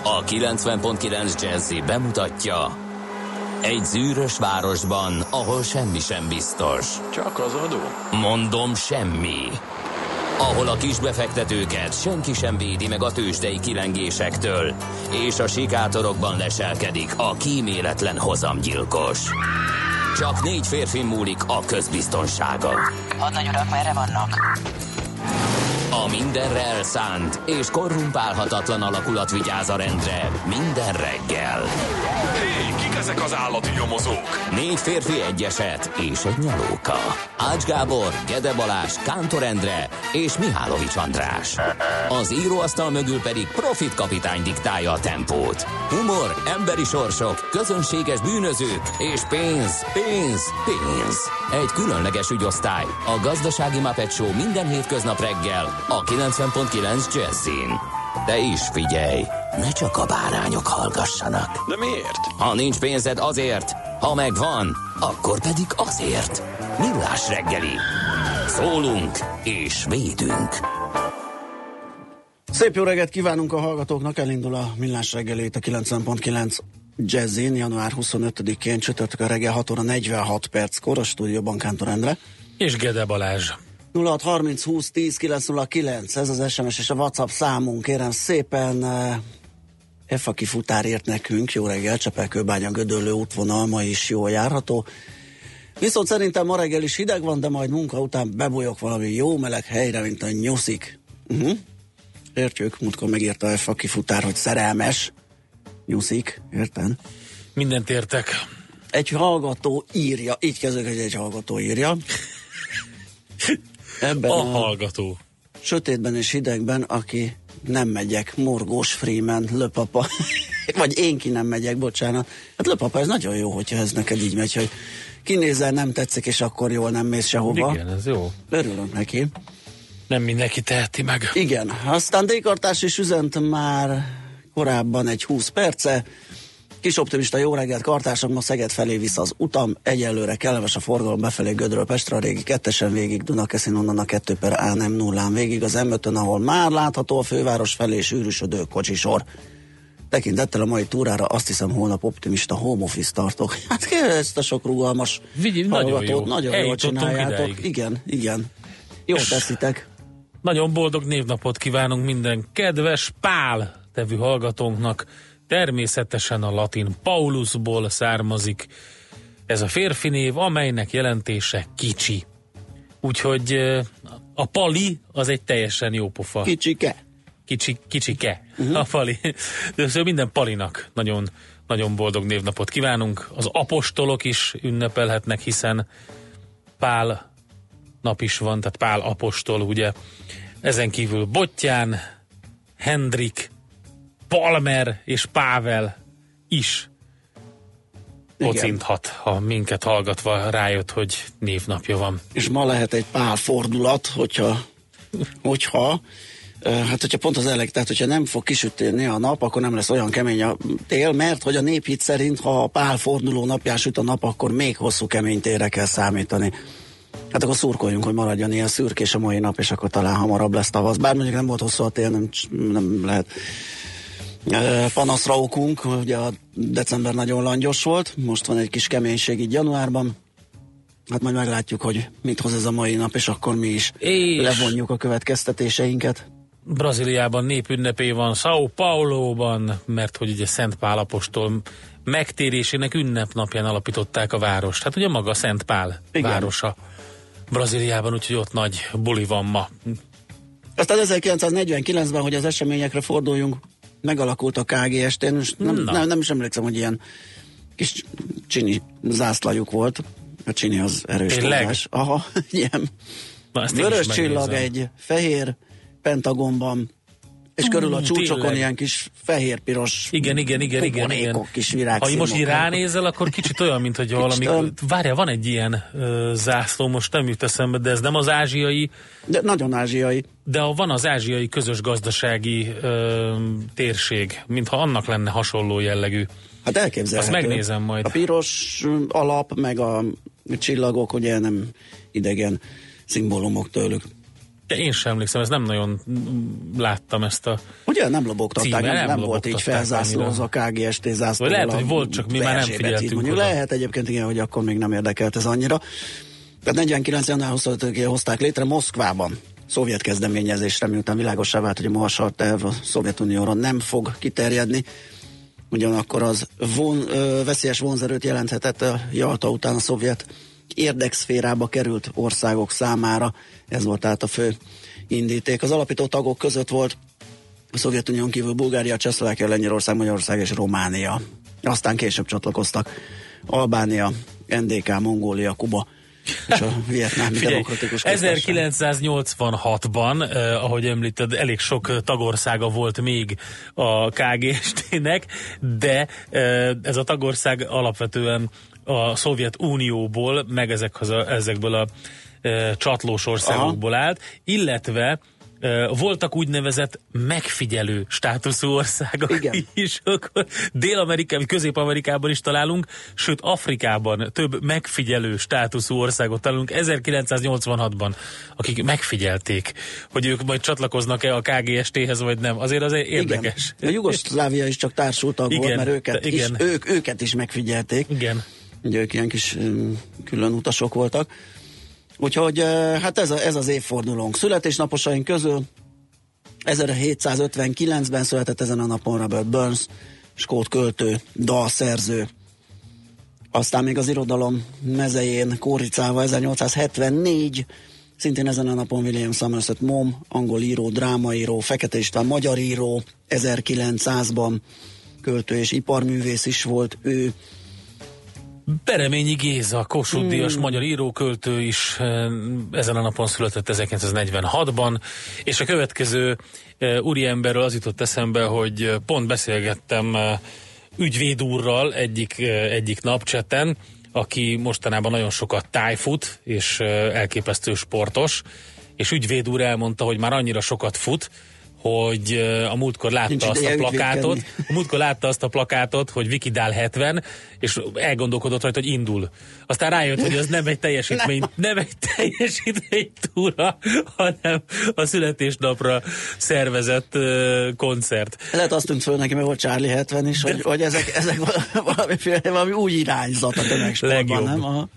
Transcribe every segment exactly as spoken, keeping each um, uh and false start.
A kilencven pont kilenc Jazzy bemutatja: egy zűrös városban, ahol semmi sem biztos. Csak az adó? Mondom, semmi. Ahol a kisbefektetőket senki sem védi meg a tőzsdei kilengésektől, és a sikátorokban leselkedik a kíméletlen hozamgyilkos. Csak négy férfi múlik a közbiztonsága. Hadnagy urak, merre vannak? A mindenre elszánt és korrumpálhatatlan alakulat vigyáz a rendre minden reggel. Hé, kik ezek az állati nyomozók? Négy férfi, egy eset és egy nyalóka. Ács Gábor, Gede Balázs, Kántor Endre és Mihálovics András. Az íróasztal mögül pedig Profit kapitány diktálja a tempót. Humor, emberi sorsok, közönséges bűnözők és pénz, pénz, pénz. Egy különleges ügyosztály, a Gazdasági Muppet Show minden hétköznap reggel a kilencven pont kilenc Jazzyn. De is figyelj, ne csak a bárányok hallgassanak. De miért? Ha nincs pénzed, azért, ha megvan, akkor pedig azért. Millás reggeli. Szólunk és védünk. Szép jó reggelt kívánunk a hallgatóknak, elindul a Millás reggelét a kilencven pont kilenc Jazzyn, január huszonötödikén, csütörtökön reggel hat óra negyvenhat perckor, a stúdióban Kántor Endre. És Gede Balázs. nulla hat harminc húsz tíz kilenc nulla kilenc, ez az es em es és a WhatsApp számunk, kérem szépen. F. aki futár írt nekünk, jó reggel, Csepel-Kőbánya Gödöllő útvonal ma is jól járható. Viszont szerintem ma reggel is hideg van, de majd munka után bebújok valami jó meleg helyre, mint a nyuszik. Uh-huh. Értjük, múltkor megírta F. aki futár, hogy szerelmes. Nyuszik, érted? Mindent értek. Egy hallgató írja, így kezdődik, hogy egy hallgató írja. Ebben a, a hallgató. Sötétben és hidegben, aki nem megyek, Morgós Freeman, Löpapa. Vagy én ki nem megyek, bocsánat. Hát Löpapa, ez nagyon jó, hogyha ez neked így megy, hogy kinézel, nem tetszik, és akkor jól nem mész sehova. Igen, ez jó. Örülök neki. Nem mindenki teheti meg. Igen, aztán D-kartás is üzent már korábban egy húsz perce. Kis optimista, jó reggelt, kartások, ma Szeged felé visz az utam, egyelőre kellemes a forgalom befelé Gödről Pestre, a régi kettesen végig, Dunakeszin onnan a kettő per á nem nullán végig, az em ötön, ahol már látható a főváros felé sűrűsödő kocsisor. Tekintettel a mai túrára azt hiszem holnap optimista home office tartok. Hát kérlek ezt a sok rugalmas Vigy, nagyon jó. Nagyon jól csináljátok. Ideig. Igen, igen. Jó teszitek. Nagyon boldog névnapot kívánunk minden kedves Pál nevű hallgatónknak. Természetesen a latin Paulusból származik ez a férfi név, amelynek jelentése kicsi. Úgyhogy a Pali az egy teljesen jó pofa. Kicsike. Kicsi, kicsike. Uh-huh. A Pali. De szóval minden Palinak nagyon, nagyon boldog névnapot kívánunk. Az apostolok is ünnepelhetnek, hiszen Pál nap is van, tehát Pál apostol, ugye. Ezen kívül Bottyán, Hendrik, Palmer és Pável is kocinthat, ha minket hallgatva rájött, hogy névnapja van. És ma lehet egy pál fordulat, hogyha, hogyha hát hogyha pont az elég, tehát hogyha nem fog kisütni a nap, akkor nem lesz olyan kemény a tél, mert hogy a néphit szerint, ha a pál forduló napján süt a nap, akkor még hosszú kemény télre kell számítani. Hát akkor szurkoljunk, hogy maradjon ilyen szürkés a mai nap, és akkor talán hamarabb lesz tavasz. Bár mondjuk nem volt hosszú a tél, nem, nem lehet panaszra okunk, ugye a december nagyon langyos volt, most van egy kis keménység így januárban, hát majd meglátjuk, hogy mit hoz ez a mai nap, és akkor mi is és levonjuk a következtetéseinket. Brazíliában népünnepé van, São Pauloban, mert hogy ugye Szent Pál apostol megtérésének ünnepnapján alapították a várost. Hát ugye maga Szent Pál Igen. városa Brazíliában, úgyhogy ott nagy buli van ma. Aztán ezerkilencszáznegyvenkilencben, hogy az eseményekre forduljunk, megalakult a ká gé es té, nem, nem, nem is emlékszem, hogy ilyen kis csini zászlajuk volt. A csini az erős tudás. Aha, ilyen vörös csillag egy fehér pentagonban, és uh, körül a csúcsokon tényleg. Ilyen kis fehér-piros igen, igen, igen, igen, igen. kis virágszínok. Ha most így ránézel, akkor kicsit olyan, mint hogy valami, várjál, van egy ilyen uh, zászló, most nem jut eszembe, de ez nem az ázsiai. De nagyon ázsiai. De van az ázsiai közös gazdasági uh, térség, mintha annak lenne hasonló jellegű. Hát elképzelhető. Azt megnézem majd. A piros alap, meg a csillagok, ugye nem idegen szimbólumok tőlük. De én sem emlékszem, ezt nem nagyon láttam ezt a Ugye nem lobogtatták, címe, nem, nem, nem volt így felzászlózva a ká gé es té zászló. Vagy lehet, hogy volt, csak mi már nem figyeltünk oda. Lehet egyébként, igen, hogy akkor még nem érdekelt ez annyira. Tehát negyvenkilenc január huszonötödikén hozták létre Moszkvában, szovjet kezdeményezésre, miután világossá vált, hogy a Marshall terv a Szovjetunióra nem fog kiterjedni. Ugyanakkor az von, ö, veszélyes vonzerőt jelenthetett a Jalta után a szovjet érdekszférába került országok számára. Ez volt tehát a fő indíték. Az alapító tagok között volt a Szovjetunión kívül Bulgária, Csehszlovákia, Lengyelország, Magyarország és Románia. Aztán később csatlakoztak Albánia, en dé ká, Mongólia, Kuba és a Vietnámi Demokratikus Köztársaság. ezerkilencszáznyolcvanhatban, eh, ahogy említed, elég sok tagországa volt még a ká gé es té-nek, de eh, ez a tagország alapvetően a Szovjetunióból, meg ezekhez a, ezekből a e, csatlós országokból Aha. állt, illetve e, voltak úgynevezett megfigyelő státuszú országok Igen. is. Dél-Amerikában, Közép-Amerikában is találunk, sőt Afrikában több megfigyelő státuszú országot találunk ezerkilencszáznyolcvanhatban, akik megfigyelték, hogy ők majd csatlakoznak-e a ká gé es té-hez, vagy nem. Azért az érdekes. Igen. A Jugoszlávia is csak társultag volt, mert őket, te, igen. is, ők, őket is megfigyelték. Igen. Ugye ők ilyen kis um, külön utasok voltak. Úgyhogy uh, hát ez, a, ez az évfordulónk. Születésnaposaink közül ezerhétszázötvenkilencben született ezen a napon Robert Burns, skót költő, dalszerző. Aztán még az irodalom mezején kóricálva ezernyolcszázhetvennégy, szintén ezen a napon William Somerset Maugham, angol író, drámaíró, Fekete István magyar író, ezerkilencszázban költő és iparművész is volt ő. Bereményi Géza, Kossuth Díjas hmm. magyar íróköltő is ezen a napon született ezerkilencszáznegyvenhatban, és a következő úriemberről az jutott eszembe, hogy pont beszélgettem ügyvéd úrral egyik, egyik napcseten, aki mostanában nagyon sokat tájfut, és elképesztő sportos, és ügyvéd úr elmondta, hogy már annyira sokat fut, hogy a múltkor látta Nincs azt a plakátot, a múltkor látta azt a plakátot, hogy Vikidál hetven, és elgondolkodott rajta, hogy indul. Aztán rájött, hogy az nem egy teljesítmény, nem egy teljesítmény túra, hanem a születésnapra szervezett uh, koncert. Lehet azt tűnt föl neki, mert volt Charlie hetven is, hogy, hogy ezek, ezek valami, valami új irányzat a tömegsportban, nem? Aha.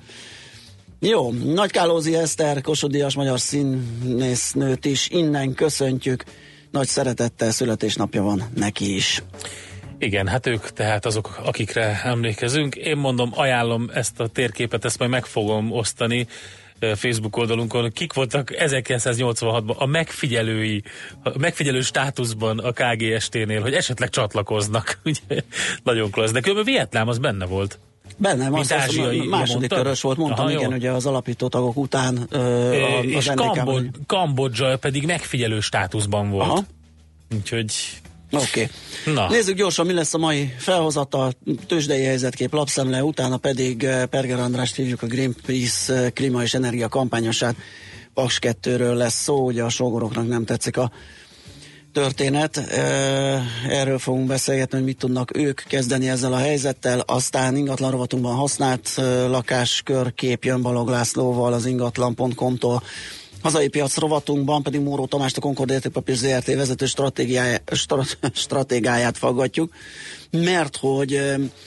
Jó, Nagykálózi Eszter, Kossuth Díjas magyar színésznőt is innen köszöntjük. Nagy szeretettel, születésnapja van neki is. Igen, hát ők tehát azok, akikre emlékezünk. Én mondom, ajánlom ezt a térképet, ezt majd meg fogom osztani Facebook oldalunkon. Kik voltak ezerkilencszáznyolcvanhatban a megfigyelői, a megfigyelő státuszban a ká gé es té-nél, hogy esetleg csatlakoznak. Ugye, nagyon klassz. De különben Vietnám az benne volt. Bennem, az, az második körös volt, mondtam, Aha, igen, ugye az alapító tagok után ö, a, és Kambod, Kambodzsa pedig megfigyelő státuszban volt. Aha. Úgyhogy... Oké. Okay. Nézzük gyorsan, mi lesz a mai felhozata, tőzsdei helyzetkép, lapszemle, utána pedig Perger Andrást hívjuk, a Greenpeace klíma és energia kampányosát. Paks kettőről lesz szó, ugye a sógoroknak nem tetszik a történet. Erről fogunk beszélgetni, hogy mit tudnak ők kezdeni ezzel a helyzettel. Aztán ingatlan rovatunkban használt lakáskörkép jön Balog Lászlóval az ingatlan pont com-tól. Hazai piac rovatunkban pedig Móró Tamást, a Concord Értékpapír zé er té vezető stratégiáját, stratégáját faggatjuk, mert hogy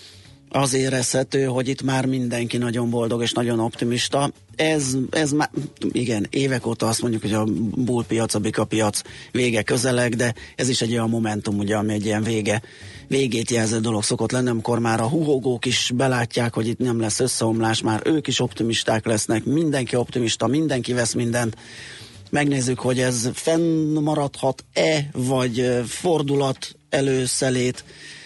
az érezhető, hogy itt már mindenki nagyon boldog és nagyon optimista. Ez, ez már, igen, évek óta azt mondjuk, hogy a bullpiac, a bikapiac vége közeleg, de ez is egy olyan momentum, ugye, ami egy ilyen vége, végét jelző dolog szokott lenni, amikor már a huhogók is belátják, hogy itt nem lesz összeomlás, már ők is optimisták lesznek, mindenki optimista, mindenki vesz mindent. Megnézzük, hogy ez fennmaradhat-e, vagy fordulat előszelét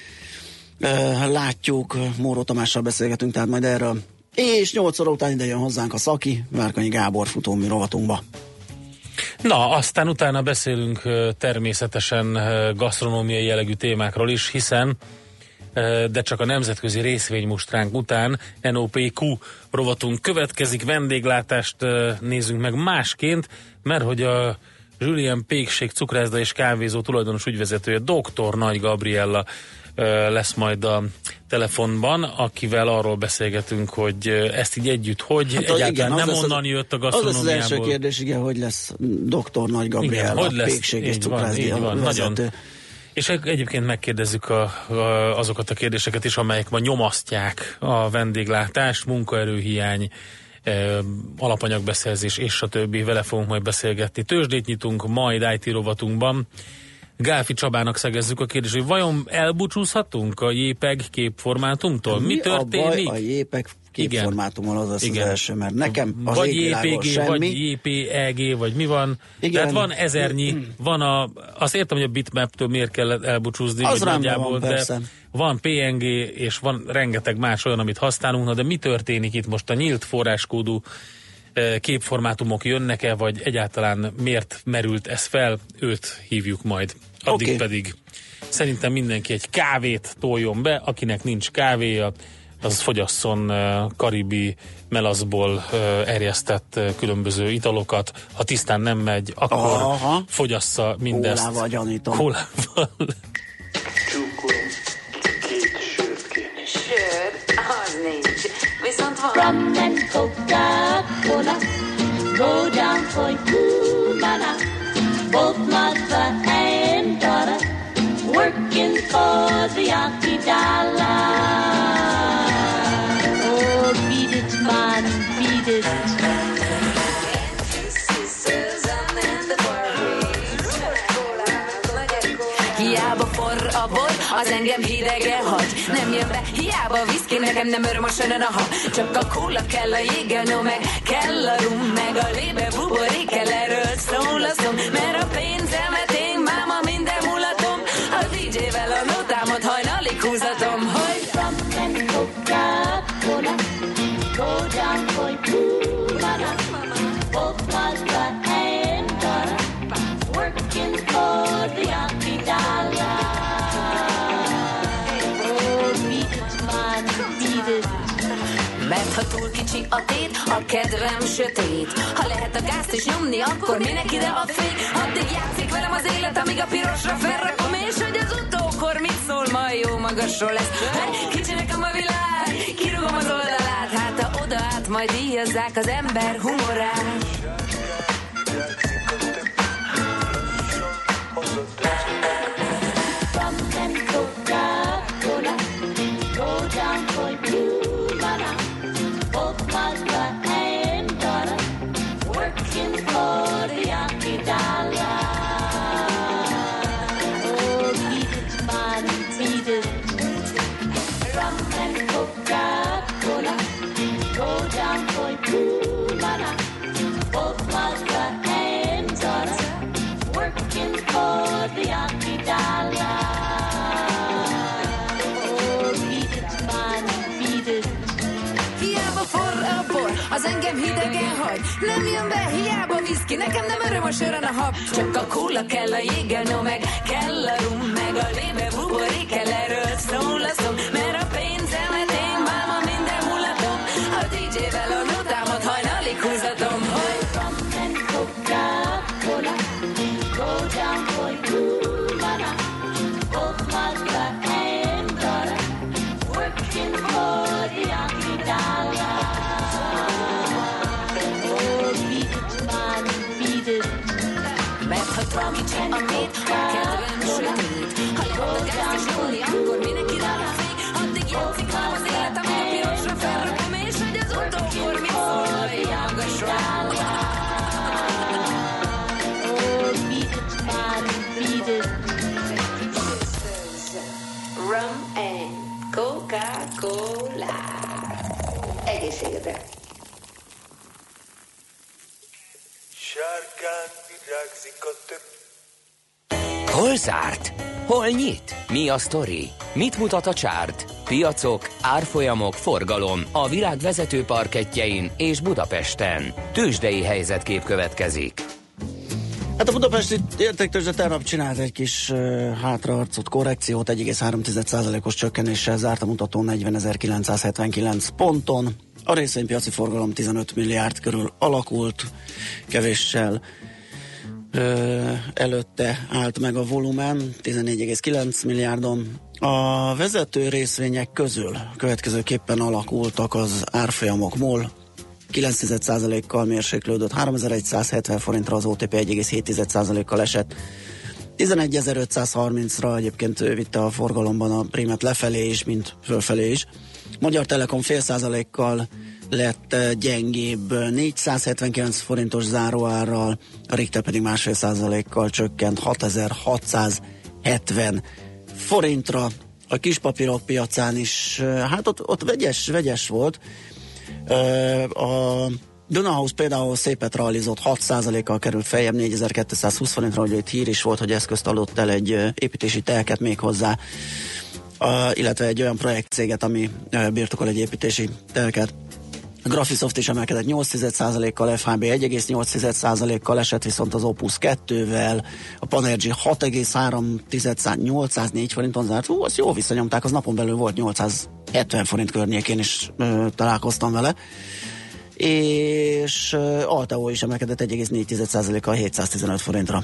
látjuk, Móró Tamással beszélgetünk, tehát majd erről. És nyolc óra után ide jön hozzánk a Szaki, Várkonyi Gábor futómű rovatunkba. Na, aztán utána beszélünk természetesen gasztronómiai jellegű témákról is, hiszen de csak a nemzetközi részvénymustránk után en o pé kú rovatunk következik, vendéglátást nézzünk meg másként, mert hogy a Julien Pékség cukrászda és kávézó tulajdonos ügyvezetője, doktor Nagy Gabriella lesz majd a telefonban, akivel arról beszélgetünk, hogy ezt így együtt, hogy hát, egyáltalán igen, nem onnan az, jött a gasztronómiából. Az az első kérdés, igen, hogy lesz doktor Nagy Gabriella, hogy lesz, Pékség és Cukrászdi vezető. És egyébként megkérdezzük a, a, azokat a kérdéseket is, amelyek ma nyomasztják a vendéglátást, munkaerőhiány, e, alapanyagbeszerzés és a többi. Vele fogunk majd beszélgetni. Tőzsdét nyitunk majd i té rovatunkban. Gálfi Csabának szegezzük a kérdést, hogy vajon elbúcsúzhatunk a JPEG képformátumtól? Mi, Mi történik? A, baj a JPEG képformátummal az az, az első, mert nekem az vagy jé pé gé, semmi. Vagy jé pé e gé, vagy mi van? Igen. Tehát van ezernyi, van a, azt értem, hogy a bitmap-től miért kell elbúcsúzni, az nagyjából, van, de van pé en gé, és van rengeteg más olyan, amit használunk, na de mi történik itt most? A nyílt forráskódú képformátumok jönnek-e, vagy egyáltalán miért merült ez fel? Őt hívjuk majd. Addig okay. pedig szerintem mindenki egy kávét toljon be, akinek nincs kávéja, az fogyasszon karibi melaszból erjesztett különböző italokat. Ha tisztán nem megy, akkor aha. fogyassza mindezt. Kólával gyanítom. Kólával. Csúkolom, két sört kérni. Sör? Az nincs. Viszont van. Rum and Coca-Cola, go down for you, nana. Both mother and daughter, working for the Yankee dollar. Oh, beat it, man, beat it. Hiába forr a bor, az engem hidegen hagy. Nem jön be, hiába a viszki, nekem nem örömösen a ha. Csak a kóla kell, a jéggel, no meg kell a rum, meg a lébe buborék kell, erről szól a szom. Mert a pénzemet én, máma, minden mulatom. A dé dzsével a nótámat hajnalig húzatom, hogy rum and Coca-Cola, go down for you, mama. Both mother and daughter, working for the Yankee dollar. Oh, beat it, man, beat it. Mert ha túl kicsi a tét, a kedvem sötét. Ha lehet a gázt is nyomni, akkor minek ide a fény? Addig játszik velem az élet, amíg a pirosra felrakom, és hogy az utókor mit szól, majd jó magasról lesz. Hát, kicsi nekem a világ, kirúgom az oldalát, hát ha oda át, majd díjazzák az ember humorát. Rum and Coca-Cola, go down for you, mama. Both mother and daughter, working for the Yankee dollar. Oh, beat it, man, beat it. Rum and Coca-Cola, go down for you, mama. Both mother and daughter, working for the Yankee dollar. Oh, beat it, man, beat it. Hiába forr a bor, az engem hidegen hagy. Nem jön be, hiába viszki, nekem nem öröm a sörön a hab. Csak a kóla kell, a jéggel, no meg kell a rum, meg a lébe buborék kell, erről szól a szom. Mert a pénzemet én, máma, minden mulatom. A dé dzsével a nótámat hajnalig húzatom, hogy rum and Coca-Cola, go down for you, mama. Both mother and daughter, working for the Yankee dollar. Oh, beat it, man, beat it. mert ha túl kicsi a tét, a kedvem sötét. Ha lehet a gázt is nyomni, akkor minek irál a fény. Addig játszik velem az élet, amíg a pirosra felrakom, és hogy az utókor mit szól, hogy magasra áll. Oh, beat it, man, beat it. Rum and Coca-Cola. Egészségedre. Sárgán virágzik a tök. Hol zárt? Hol nyit? Mi a sztori? Mit mutat a csárt? Piacok, árfolyamok, forgalom a világ vezető parkettjein és Budapesten. Tőzsdei helyzetkép következik. Hát a budapesti értéktőzsde tegnap csinált egy kis uh, hátraarcot, korrekciót, egy egész három százalékos csökkenéssel zárt a mutató negyvenezer-kilencszázhetvenkilenc ponton. A részvénypiaci forgalom tizenöt milliárd körül alakult, kevéssel Ö, előtte állt meg a volumen, tizennégy egész kilenc milliárdon. A vezető részvények közül következőképpen alakultak az árfolyamok. MOL kilenc százalékkal mérséklődött, háromezer-száz-hetven forintra, az o té pé egy egész hét százalékkal esett. tizenegyezer-ötszázharmincra egyébként vitte a forgalomban a prímet lefelé is, mint fölfelé is. Magyar Telekom fél százalékkal lett gyengébb, négyszázhetvenkilenc forintos záróárral, a Richter pedig másfél százalékkal csökkent hatezer-hatszázhetven forintra. A kispapírok piacán is, hát ott, ott vegyes, vegyes volt. A Dunahouse például szépet realizott, hat százalékkal került feljebb, négyezer-kétszázhúsz forintra, hogy itt hír is volt, hogy eszközt adott el egy építési telket még hozzá, uh, illetve egy olyan projektcéget, ami uh, birtokol egy építési telket. A Graphisoft is emelkedett nyolc százalékkal, ef há bé egy egész nyolc százalékkal esett, viszont az Opus kettővel, a Panergy hat egész három nyolcszáznégy forinton zárt. Hú, azt jól visszanyomták, az napon belül volt nyolcszázhetven forint környékén is uh, találkoztam vele. És uh, Alteo is emelkedett egy egész négy százalékkal hétszáztizenöt forintra.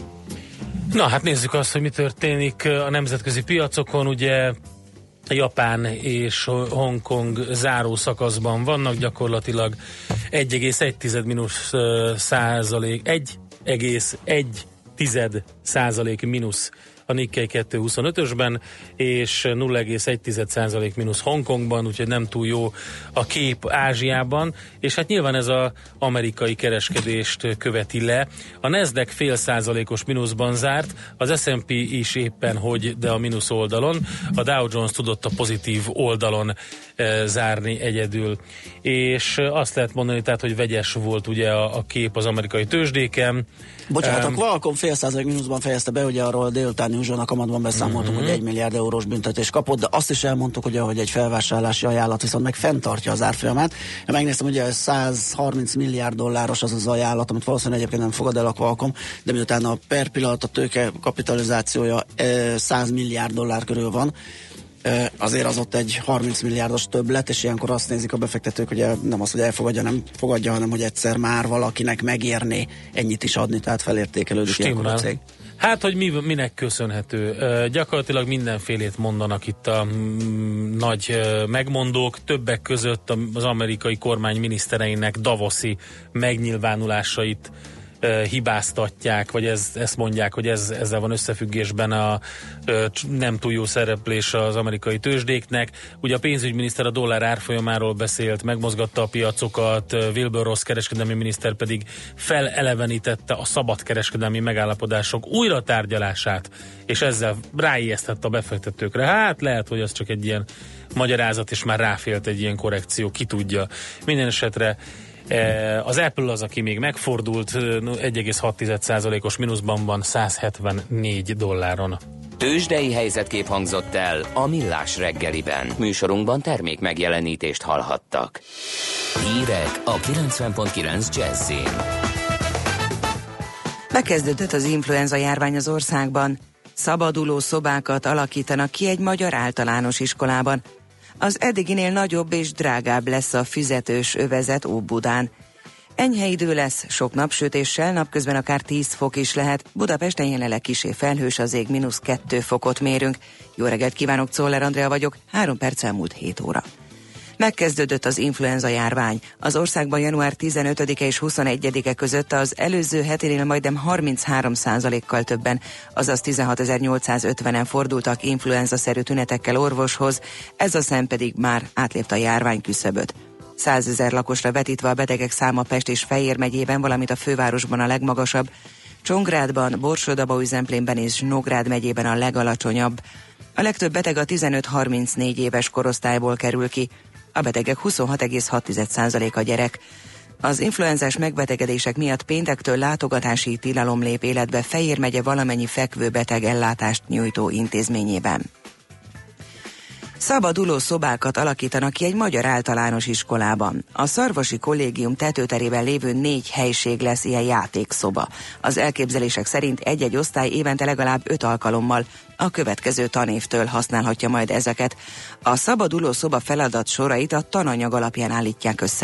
Na hát nézzük azt, hogy mi történik a nemzetközi piacokon. Ugye Japán és Hongkong záró szakaszban vannak, gyakorlatilag egy egész egy mínusz százalék, egy egész egy százalék mínusz a Nikkei kétszázhuszonötösben, és nulla egész egy százalék mínusz Hongkongban, úgyhogy nem túl jó a kép Ázsiában, és hát nyilván ez az amerikai kereskedést követi le. A Nasdaq fél százalékos mínuszban zárt, az es and pé is éppen hogy, de a mínusz oldalon, a Dow Jones tudott a pozitív oldalon e, zárni egyedül. És azt lehet mondani, tehát, hogy vegyes volt ugye a, a kép az amerikai tőzsdéken. Bocsánat, um, a Qualcomm fél százalék mínuszban fejezte be, ugye arról a délutáni uzsona kamatban beszámoltunk, uh-huh. hogy egy milliárd eurós büntetést kapott, de azt is elmondtuk, ugye, hogy egy felvásárlási ajánlat viszont meg fenntartja az árfolyamát. Én megnéztem, ugye százharminc milliárd dolláros az az ajánlat, amit valószínűleg egyébként nem fogad el a Qualcomm, de miután a per pillanat a tőke kapitalizációja száz milliárd dollár körül van, azért az ott egy harminc milliárdos többlet, és ilyenkor azt nézik a befektetők, hogy nem az, hogy elfogadja, nem fogadja, hanem hogy egyszer már valakinek megérné ennyit is adni, tehát felértékelődik Stimmel. ilyenkor a cég. Hát, hogy mi, minek köszönhető? Uh, gyakorlatilag mindenfélét mondanak itt a mm, nagy uh, megmondók, többek között az amerikai kormány minisztereinek davoszi megnyilvánulásait uh, hibáztatják, vagy ez, ezt mondják, hogy ez, ezzel van összefüggésben a uh, nem túl jó szereplés az amerikai tőzsdéknek. Ugye a pénzügyminiszter a dollár árfolyamáról beszélt, megmozgatta a piacokat, uh, Wilbur Ross kereskedelmi miniszter pedig felelevenítette a szabadkereskedelmi megállapodások újra tárgyalását, és ezzel ráijesztette a befektetőkre. Hát lehet, hogy az csak egy ilyen magyarázat, és már ráfélt egy ilyen korrekció, ki tudja. Minden esetre az Apple az, aki még megfordult, egy egész hat százalékos mínuszban van, száz hetvennégy dolláron. Tőzsdei helyzetkép hangzott el a Millás reggeliben. Műsorunkban termék megjelenítést hallhattak. Hírek a kilencven pont kilenc Jazzin. Bekezdődött az influenza járvány az országban. Szabaduló szobákat alakítanak ki egy magyar általános iskolában. Az eddiginél nagyobb és drágább lesz a fizetős övezet Óbudán. Enyhe idő lesz, sok napsütéssel, napközben akár tíz fok is lehet. Budapesten jelenleg kissé felhős, az ég mínusz kettő fokot mérünk. Jó reggelt kívánok, Czoller Andrea vagyok, három perc elmúlt hét óra. Megkezdődött az influenza járvány. Az országban január tizenötödike és huszonegyedike között az előző heténél majdnem harminchárom százalékkal többen, azaz tizenhatezer-nyolcszázötvenen fordultak influenza-szerű tünetekkel orvoshoz, ez a szám pedig már átlépte a járvány küszöböt. százezer lakosra vetítve a betegek száma Pest és Fejér megyében, valamint a fővárosban a legmagasabb, Csongrádban, Borsod-Abaúj-Zemplénben és Nógrád megyében a legalacsonyabb. A legtöbb beteg a tizenöt-harmincnégy éves korosztályból kerül ki, a betegek huszonhat egész hat százaléka gyerek. Az influenzás megbetegedések miatt péntektől látogatási tilalom lép életbe Fejér megye valamennyi fekvőbeteg ellátást nyújtó intézményében. Szabaduló szobákat alakítanak ki egy magyar általános iskolában. A Szarvasi Kollégium tetőterében lévő négy helység lesz ilyen játékszoba. Az elképzelések szerint egy-egy osztály évente legalább öt alkalommal a következő tanévtől használhatja majd ezeket. A szabaduló szoba feladat sorait a tananyag alapján állítják össze.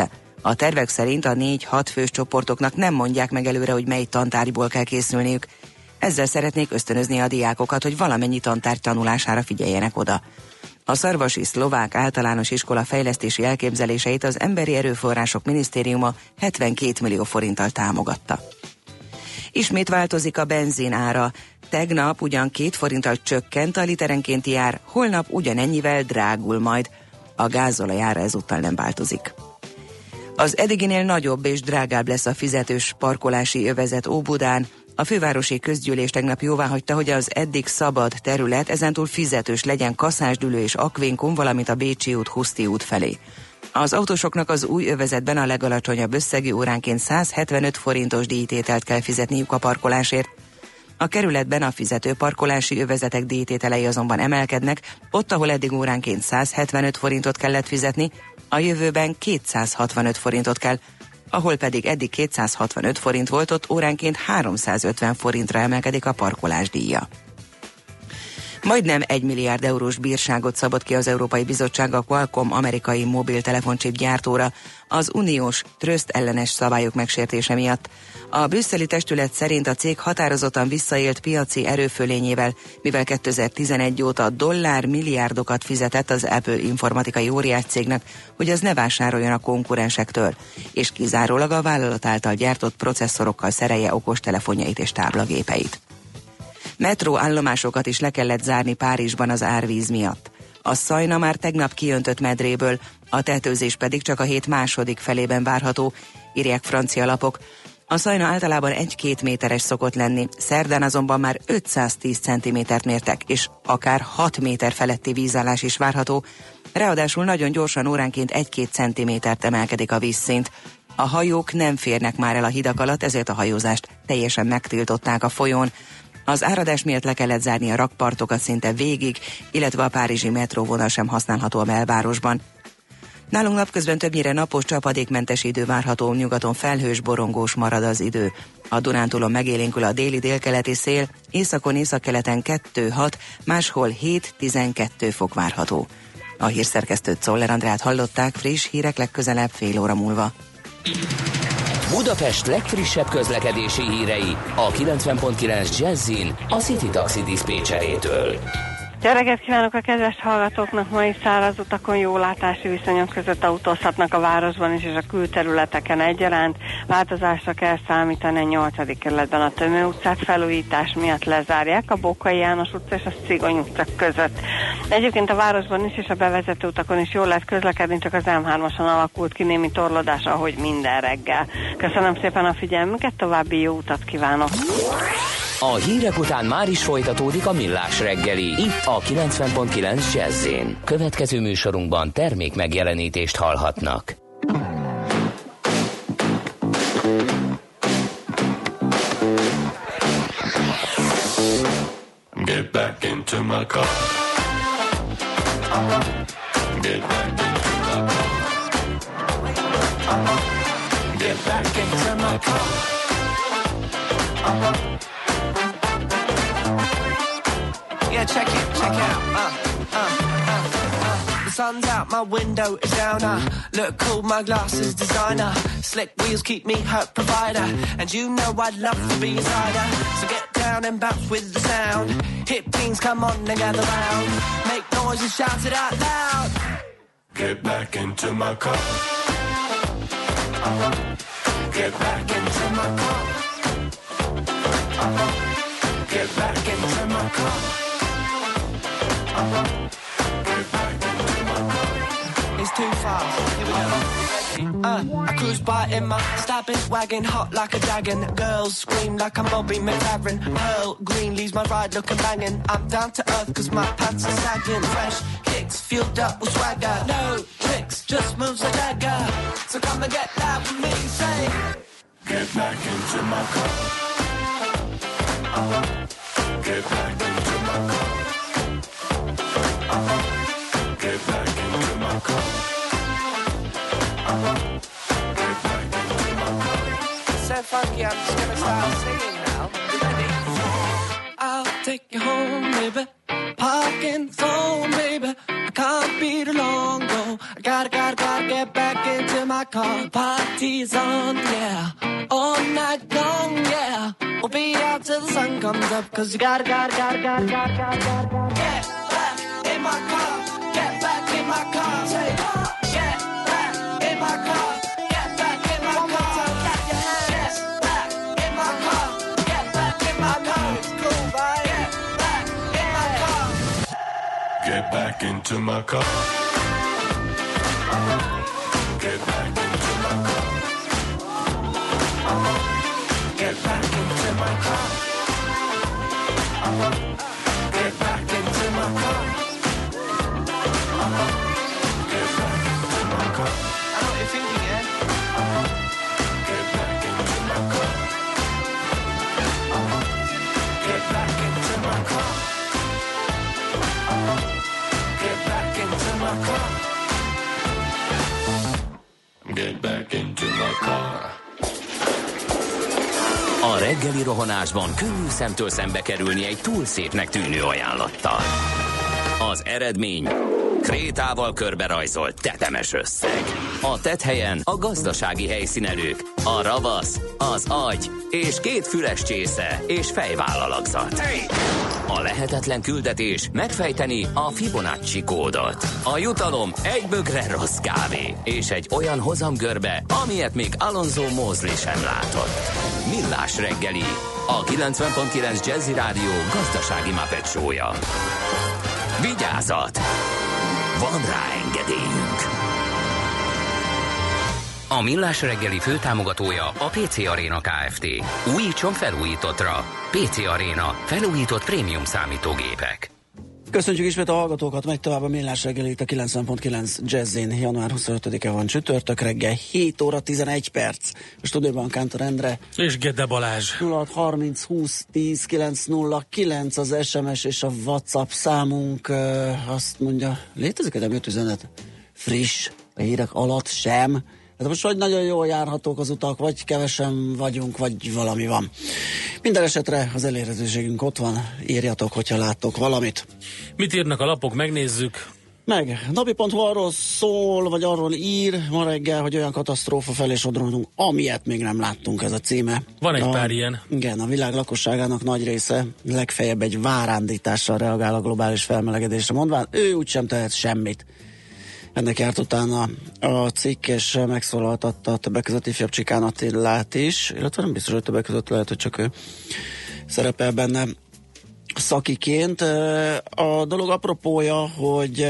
A tervek szerint a négy-hat fős csoportoknak nem mondják meg előre, hogy mely tantárgyból kell készülniük. Ezzel szeretnék ösztönözni a diákokat, hogy valamennyi tantárgy tanulására figyeljenek oda. A Szarvasi Szlovák Általános Iskola fejlesztési elképzeléseit az Emberi Erőforrások Minisztériuma hetvenkét millió forinttal támogatta. Ismét változik a benzin ára. Tegnap ugyan két forinttal csökkent a literenkénti ár, holnap ugyanennyivel drágul majd. A gázolaj ára ezúttal nem változik. Az eddiginél nagyobb és drágább lesz a fizetős parkolási övezet Óbudán. A fővárosi közgyűlés tegnap jóváhagyta, hogy az eddig szabad terület ezentúl fizetős legyen Kaszásdülő és Akvénkon, valamint a Bécsi út, Huszti út felé. Az autósoknak az új övezetben a legalacsonyabb összegű óránként száz hetvenöt forintos díjtételt kell fizetniük a parkolásért. A kerületben a fizető parkolási övezetek díjtételei azonban emelkednek, ott, ahol eddig óránként száz hetvenöt forintot kellett fizetni, a jövőben kétszázhatvanöt forintot kell, ahol pedig eddig kétszázhatvanöt forint volt, ott óránként háromszázötven forintra emelkedik a parkolás díja. Majdnem egy milliárd eurós bírságot szabott ki az Európai Bizottság a Qualcomm amerikai mobiltelefoncsip gyártóra az uniós tröszt ellenes szabályok megsértése miatt. A brüsszeli testület szerint a cég határozottan visszaélt piaci erőfölényével, mivel kétezer-tizenegy óta dollár milliárdokat fizetett az Apple informatikai óriás cégnek, hogy az ne vásároljon a konkurensektől, és kizárólag a vállalat által gyártott processzorokkal szerelje okostelefonjait és táblagépeit. Metró állomásokat is le kellett zárni Párizsban az árvíz miatt. A Szajna már tegnap kiöntött medréből, a tetőzés pedig csak a hét második felében várható, írják francia lapok. A Szajna általában egy-két méteres szokott lenni, szerdán azonban már ötszáztíz centimétert mértek, és akár hat méter feletti vízállás is várható, ráadásul nagyon gyorsan óránként egy-két centimétert emelkedik a vízszint. A hajók nem férnek már el a hidak alatt, ezért a hajózást teljesen megtiltották a folyón. Az áradás miatt le kellett zárni a rakpartokat szinte végig, illetve a párizsi metróvonal sem használható a belvárosban. Nálunk napközben többnyire napos, csapadékmentes idő várható, nyugaton felhős, borongós marad az idő. A Dunántúlon megélénkül a déli-délkeleti szél, északon északkeleten kettő-hat, máshol hét-tizenkét fok várható. A hírszerkesztőt, Czoller Andrát hallották, friss hírek legközelebb fél óra múlva. Budapest legfrissebb közlekedési hírei a kilencven pont kilenc Jazzin a City Taxi diszpécserétől. Jó reggelt kívánok a kedves hallgatóknak! Mai száraz utakon jó látási viszonyok között autózhatnak a városban is és a külterületeken egyaránt. Változásra kell számítani a nyolcadik kerületben a Tömő utcát felújítás miatt lezárják a Bokai János utca és a Szigony utca között. Egyébként a városban is és a bevezető utakon is jól lehet közlekedni, csak az M hármason alakult ki némi torlódás, ahogy minden reggel. Köszönöm szépen a figyelmüket, további jó utat kívánok! A hírek után már is folytatódik a Millás reggeli, itt a kilencven pont kilenc Jazz-én. Következő műsorunkban termék megjelenítést hallhatnak. Get back into my car. Get back into my car. Get back into my car. Yeah, check it, check it out. Uh, uh, uh, uh. The sun's out, my window is down. I look cool, my glasses designer. Slick wheels keep me hurt provider. And you know I'd love to be a rider. So get down and bounce with the sound. Hip teens, come on and gather round. Make noise and shout it out loud. Get back into my car. Get back into my car. Get back into my car. It's too fast. Here we go. Uh, I cruise by in my stabbing wagon, hot like a dragon. Girls scream like I'm Bobby McLaren. Pearl green leaves my ride looking banging. I'm down to earth cause my pants are sagging. Fresh kicks fueled up with swagger. No tricks, just moves a dagger. So come and get loud with me, say. Get back into my car. Get back into my car. Get back into my car. Get back into my car. So funky, I'm just gonna start singing now. You ready? I'll take you home, baby. Parking phone, baby. I can't be too long, no. I gotta, gotta, gotta get back into my car, party's on, yeah. All night long, yeah. We'll be out till the sun comes up, cause you gotta, gotta, gotta, gotta, gotta, gotta, gotta, gotta. Get back in my car, get back in my car, say, get back in my car, get back in my car, clap your hands, get back in my car, get back in my car, it's cool, right? Get back in my car. Get back into my car. Get back into my car. Get back into my car. Get back into my car. Get back into my car. I know what you're thinking, yeah? Get back into my car. Get back into my car. Get back into my car. Get back into my car. A reggeli rohanásban könnyű szemtől szembe kerülni egy túl szépnek tűnő ajánlattal. Az eredmény krétával körberajzolt tetemes összeg. A tetthelyen a gazdasági helyszínelők, a ravasz, az agy és két füles csésze és fejvállalakzat. A lehetetlen küldetés megfejteni a Fibonacci kódot. A jutalom egy bögre rossz kávé és egy olyan hozamgörbe, amilyet még Alonso Mosley sem látott. Millás reggeli, a kilencven pont kilenc Jazzy Rádió gazdasági Muppet show-ja. Vigyázat! Van rá engedélyünk! A Millás reggeli főtámogatója a pé cé Arena Kft. Újítson felújítottra. pé cé Arena. Felújított prémium számítógépek. Köszönjük ismét a hallgatókat, megy tovább a Millás reggeli itt a kilencven pont kilenc Jazzin. január huszonötödike van csütörtök reggel, hét óra tizenegy perc. A stúdióban Kántor Endre és Gede Balázs. nulla hat harminc húsz tíz kilenc nulla kilenc az es em es és a WhatsApp számunk. Uh, azt mondja, létezik egy öt üzenet? Friss, a hírek alatt sem. Hát most vagy nagyon jól járhatók az utak, vagy kevesen vagyunk, vagy valami van. Minden esetre az elérhetőségünk ott van, írjatok, hogyha láttok valamit. Mit írnak a lapok, megnézzük. Meg, napi pont hu arról szól, vagy arról ír ma reggel, hogy olyan katasztrófa felé sodródunk, amilyet még nem láttunk, ez a címe. Van egy a, pár ilyen. Igen, a világ lakosságának nagy része legfeljebb egy várándítással reagál a globális felmelegedésre, mondván ő úgysem tehet semmit. Ennek járt utána a cikk, és megszólaltatta többek között ifjabb Csikán Attilát is, illetve nem biztos, hogy többek között lehet, hogy csak ő szerepel benne szakiként. A dolog apropója, hogy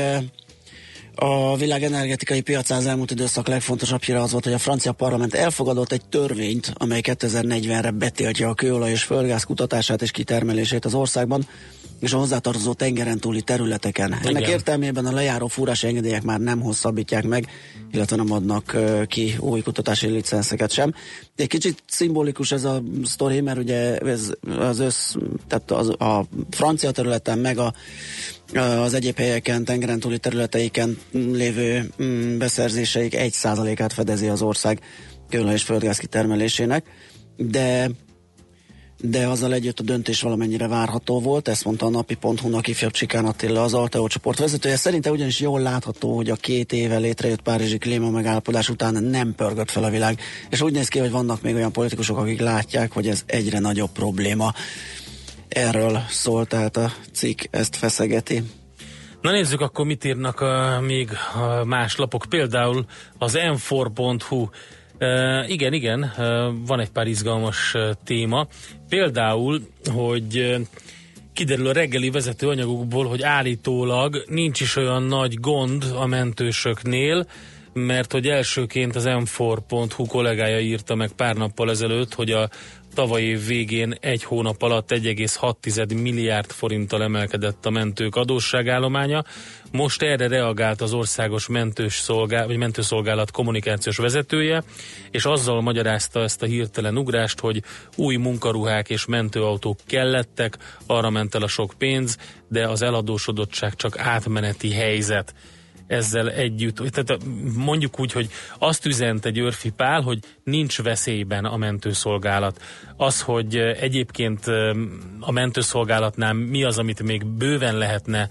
a világ energetikai piacán az elmúlt időszak legfontosabb híre az volt, hogy a francia parlament elfogadott egy törvényt, amely kétezer-negyvenre betiltja a kőolaj és földgáz kutatását és kitermelését az országban, és a hozzátartozó tengeren túli területeken. Igen. Ennek értelmében a lejáró fúrási engedélyek már nem hosszabbítják meg, illetve nem adnak uh, ki új kutatási licenszeket sem. Egy kicsit szimbolikus ez a sztori, mert ugye ez az össz, tehát az, a francia területen, meg a, az egyéb helyeken, tengeren túli területeiken lévő mm, beszerzéseik egy százalékát fedezi az ország kőolaj és földgáz kitermelésének, de de azzal együtt a döntés valamennyire várható volt, ezt mondta a napi pont hu-nak ifjabb Csikán Attila, az Alteo csoport vezetője. Szerinte ugyanis jól látható, hogy a két éve létrejött párizsi klíma megállapodás után nem pörgött fel a világ, és úgy néz ki, hogy vannak még olyan politikusok, akik látják, hogy ez egyre nagyobb probléma. Erről szólt tehát a cikk, ezt feszegeti. Na nézzük akkor, mit írnak uh, még uh, más lapok, például az em négy pont hu. Uh, igen, igen, uh, van egy pár izgalmas uh, téma. Például, hogy uh, kiderül a reggeli vezető anyagokból, hogy állítólag nincs is olyan nagy gond a mentősöknél, mert hogy elsőként az em négy pont hu kollégája írta meg pár nappal ezelőtt, hogy a tavaly év végén egy hónap alatt egy egész hat milliárd forinttal emelkedett a mentők adósságállománya. Most erre reagált az országos mentős szolgál, vagy mentőszolgálat kommunikációs vezetője, és azzal magyarázta ezt a hirtelen ugrást, hogy új munkaruhák és mentőautók kellettek, arra ment el a sok pénz, de az eladósodottság csak átmeneti helyzet. Ezzel együtt, tehát mondjuk úgy, hogy azt üzent egy Őrfi Pál, hogy nincs veszélyben a mentőszolgálat. Az, hogy egyébként a mentőszolgálatnál mi az, amit még bőven lehetne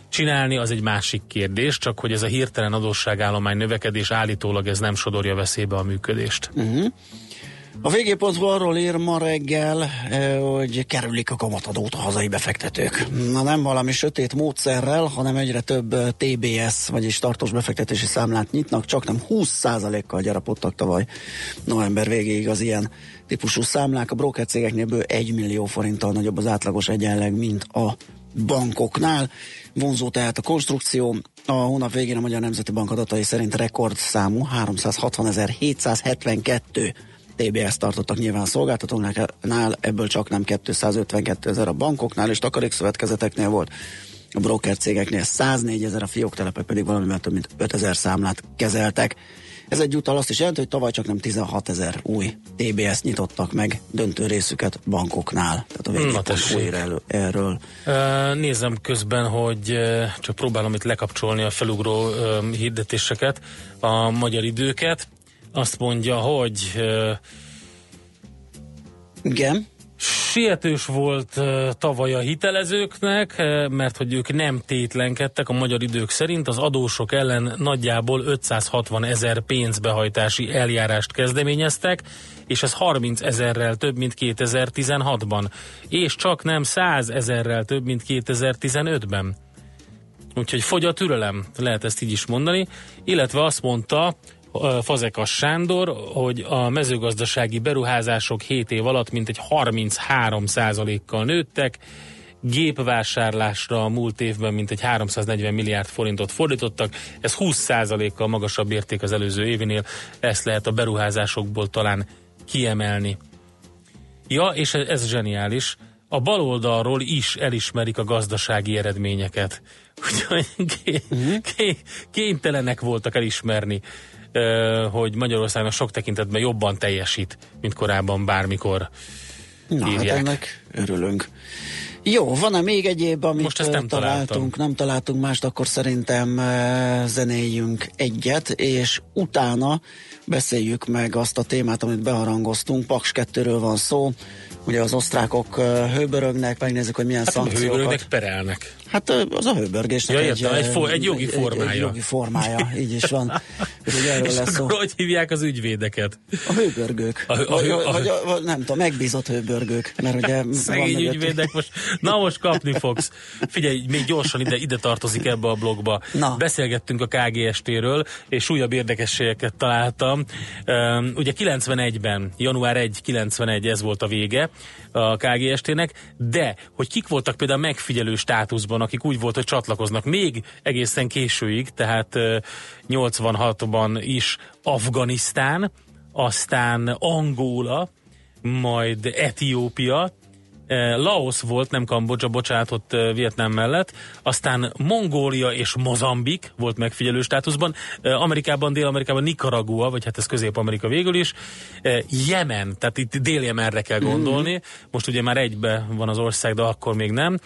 csinálni, az egy másik kérdés, csak hogy ez a hirtelen adósságállomány növekedés állítólag ez nem sodorja veszélybe a működést. Uh-huh. A vé gé pont hu arról ír ma reggel, hogy kerülik a kamatadót a hazai befektetők. Na nem valami sötét módszerrel, hanem egyre több té bé es, vagyis tartós befektetési számlát nyitnak, csak nem húsz százalékkal gyarapodtak tavaly november végéig az ilyen típusú számlák. A broker cégeknél bő egy millió forinttal nagyobb az átlagos egyenleg, mint a bankoknál. Vonzó tehát a konstrukció. A hónap végén a Magyar Nemzeti Bank adatai szerint rekordszámú háromszázhatvanezer-hétszázhetvenkettő té bé es tartottak nyilván szolgáltatóknál, ebből csak nem kétszázötvenkétezer a bankoknál és takarékszövetkezeteknél volt. A broker cégeknél száznégyezer, a fióktelepek pedig valamivel több mint ötezer számlát kezeltek. Ez egyúttal azt is jelenti, hogy tavaly csak nem tizenhatezer új té bé es nyitottak meg, döntő részüket bankoknál. Tehát a vé gé pont hu ír erről. erről. Uh, nézem közben, hogy uh, csak próbálom itt lekapcsolni a felugró uh, hirdetéseket, a magyar időket. Azt mondja, hogy uh, igen. Sietős volt uh, tavaly a hitelezőknek, uh, mert hogy ők nem tétlenkedtek a magyar idők szerint, az adósok ellen nagyjából ötszázhatvan ezer pénzbehajtási eljárást kezdeményeztek, és ez harminc ezerrel több, mint kétezer-tizenhatban, és csak nem száz ezerrel több, mint kétezer-tizenötben. Úgyhogy fogy a türelem, lehet ezt így is mondani, illetve azt mondta Fazekas Sándor, hogy a mezőgazdasági beruházások hét év alatt mintegy harminchárom százalékkal nőttek, gépvásárlásra a múlt évben mintegy háromszáznegyven milliárd forintot fordítottak, ez húsz százalékkal magasabb érték az előző évinél, ezt lehet a beruházásokból talán kiemelni. Ja, és ez zseniális, a baloldalról is elismerik a gazdasági eredményeket. Úgyhogy kénytelenek voltak elismerni, hogy Magyarországnak sok tekintetben jobban teljesít, mint korábban bármikor Na, írják. Hát ennek örülünk. Jó, van-e még egyéb, amit Most ezt nem találtunk? találtam. Nem találtunk mást, akkor szerintem uh, zenéljünk egyet, és utána beszéljük meg azt a témát, amit beharangoztunk. Paks kettőről van szó. Ugye az osztrákok uh, hőbörögnek, megnézzük, hogy milyen hát szankciókat. Hőbörögnek, perelnek. Hát az a hőbörgésnek ja, egy, értem, egy, fo- egy jogi formája. Egy, egy jogi formája, így is van. És, erről és lesz szó. akkor hogy hívják az ügyvédeket? A hőbörgők. A, a, vagy, a, vagy, a, nem tudom, megbízott hőbörgők. Mert ugye szegény ügyvédek most, na most kapni fogsz. Figyelj, még gyorsan ide, ide tartozik ebbe a blogba. Na. Beszélgettünk a ká gé es té-ről, és újabb érdekességeket találtam. Um, ugye kilencvenegyben, január elseje kilencvenegy, ez volt a vége a ká gé es té-nek, de hogy kik voltak például megfigyelő státuszban, akik úgy volt, hogy csatlakoznak még egészen későig, tehát uh, nyolcvanhatban is Afganisztán, aztán Angola, majd Etiópia, Laos volt, nem Kambodzsa, bocsánat, ott Vietnám mellett, aztán Mongólia és Mozambik volt megfigyelő státuszban, Amerikában, Dél-Amerikában Nicaragua, vagy hát ez Közép-Amerika végül is, Jemen, tehát itt Dél-Jemenre kell gondolni, mm. most ugye már egybe van az ország, de akkor még nem,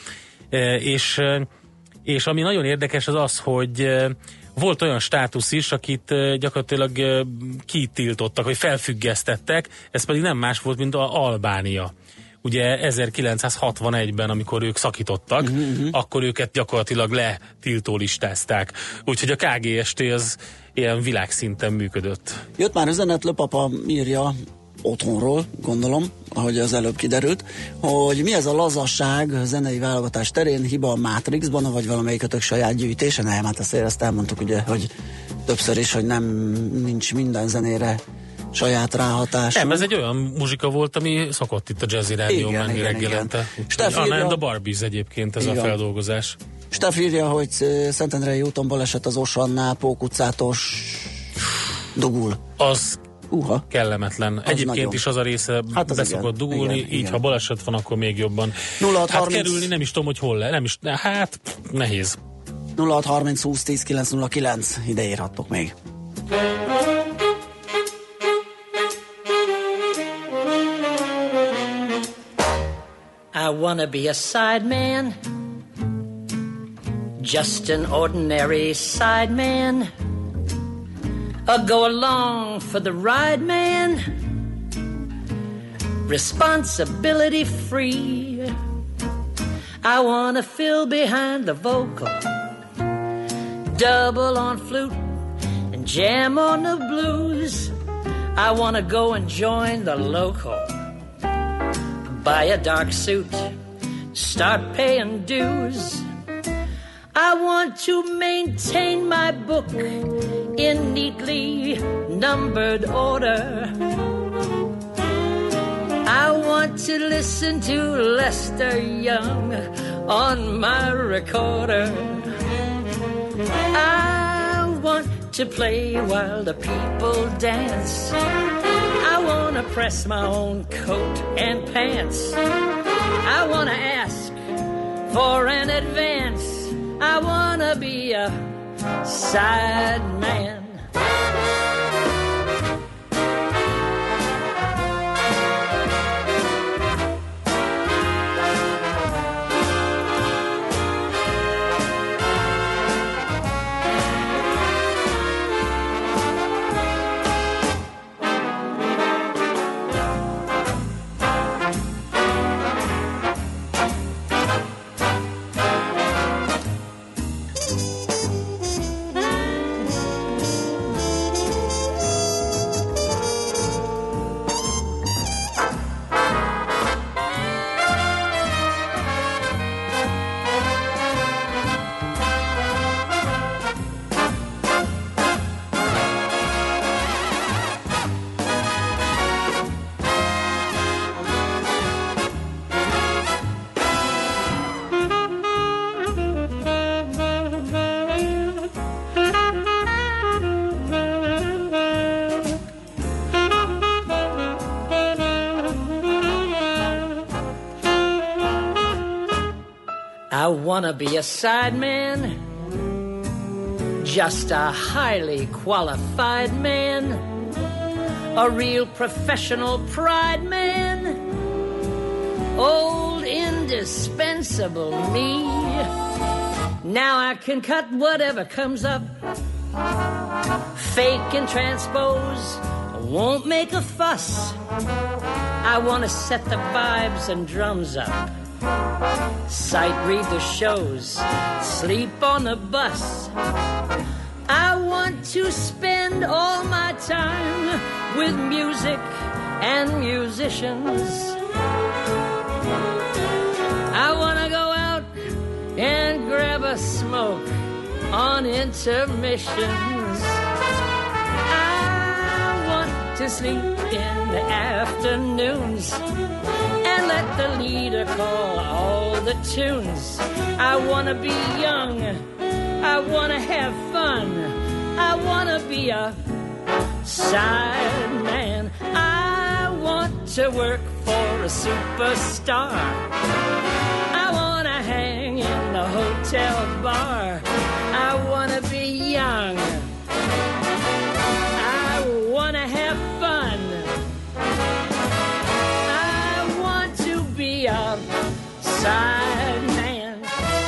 és, és ami nagyon érdekes az az, hogy volt olyan státusz is, akit gyakorlatilag kitiltottak, vagy felfüggesztettek, ez pedig nem más volt, mint a Albánia. Ugye ezerkilencszázhatvanegyben, amikor ők szakítottak, uh-huh. akkor őket gyakorlatilag letiltó listázták. Úgyhogy a ká gé es té az ilyen világszinten működött. Jött már üzenet, Löpapa írja otthonról, gondolom, ahogy az előbb kiderült, hogy mi ez a lazaság zenei válogatás terén, hiba a Matrixban, vagy valamelyikötök saját gyűjtése? Nem, hát ezt, ezt elmondtuk ugye, hogy többször is, hogy nem nincs minden zenére saját ráhatású. Nem, ez egy olyan muzsika volt, ami szokott itt a Jazzy Rádió menni reggelente. Anna and the Barbies egyébként ez igen. a feldolgozás. Steff írja, hogy Szentendrei úton baleset az Osannál, Pók utcátós dugul. Az Uha. kellemetlen. Az egyébként nagyon. Is az a része hát beszokott dugulni, igen, így igen. ha baleset van, akkor még jobban. nulla hat harminc Hát kerülni nem is tudom, hogy hol le, nem is, hát nehéz. nulla hat harminc húsz tíz kilenc nulla kilenc, ide írhattok még. I wanna be a sideman, just an ordinary sideman. I'll go along for the ride, man, responsibility free. I wanna fill behind the vocal, double on flute and jam on the blues. I want to go and join the local, buy a dark suit, start paying dues. I want to maintain my book in neatly numbered order. I want to listen to Lester Young on my recorder. I want to play while the people dance. I want to press my own coat and pants. I want to ask for an advance. I want to be a side man. I wanna be a sideman, just a highly qualified man, a real professional pride man, old indispensable me. Now I can cut whatever comes up, fake and transpose, won't make a fuss. I wanna set the vibes and drums up, sight read the shows, sleep on the bus. I want to spend all my time with music and musicians. I want to go out and grab a smoke on intermissions. I want to sleep in the afternoons and let the leader call all the tunes. I wanna be young, I wanna have fun, I wanna be a side man. I want to work for a superstar, I wanna hang in the hotel bar. I wanna be young, I wanna have fun, be a side man.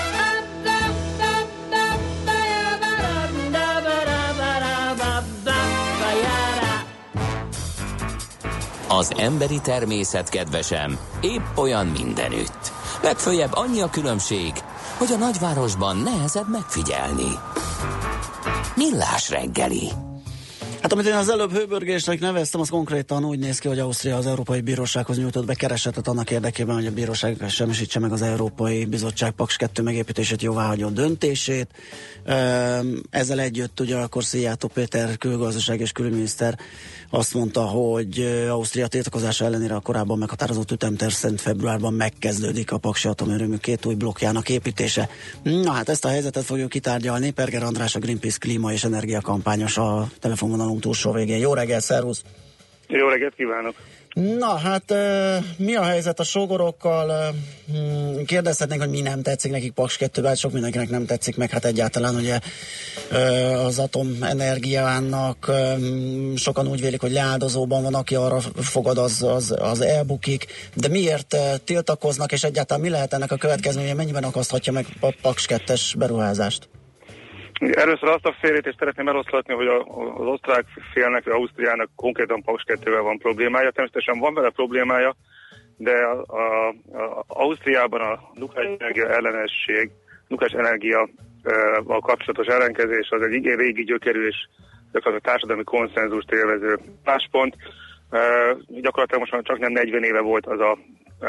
Az emberi természet, kedvesem, épp olyan mindenütt. Legföljebb annyi a különbség, hogy a nagyvárosban nehezebb megfigyelni. Millás reggeli. Hát amit én az előbb hőbörgésnek neveztem, az konkrétan úgy néz ki, hogy Ausztria az Európai Bírósághoz nyújtott be keresetet annak érdekében, hogy a bíróság semmisítse meg az Európai Bizottság Paks kettő megépítését jóváhagyó döntését. Ezzel együtt ugye akkor Szijjártó Péter külgazdaság és külügyminiszter azt mondta, hogy Ausztria tiltakozása ellenére a korábban meghatározott ütemterv szerint februárban megkezdődik a paksi atomerőmű két új blokkjának építése. Na hát ezt a helyzetet fogjuk kitárgyalni. Perger András, a Greenpeace klíma és energia kampányos a telefonvonalunk túlsó végén. Jó reggelt, szervusz! Jó reggelt kívánok! Na hát mi a helyzet a sógorokkal? Kérdezhetnénk, hogy mi nem tetszik nekik Paks kettőben, hát sok mindenkinek nem tetszik meg, hát egyáltalán ugye az atomenergiának sokan úgy vélik, hogy leáldozóban van, aki arra fogad, az, az, az elbukik, de miért tiltakoznak, és egyáltalán mi lehet ennek a következménye, mennyiben akaszthatja meg a Paks kettes beruházást? Először azt a félrejtést szeretném eloszlatni, hogy a, az osztrák félnek, vagy Ausztriának konkrétan Paks kettővel van problémája. Természetesen van vele problémája, de a, a, a Ausztriában a nukleáris energia ellenesség, nukleáris energia a kapcsolatos ellenkezés az egy igen régi gyökerű és gyakorlatilag társadalmi konszenzust élvező álláspont. Gyakorlatilag most már csak nem negyven éve volt az a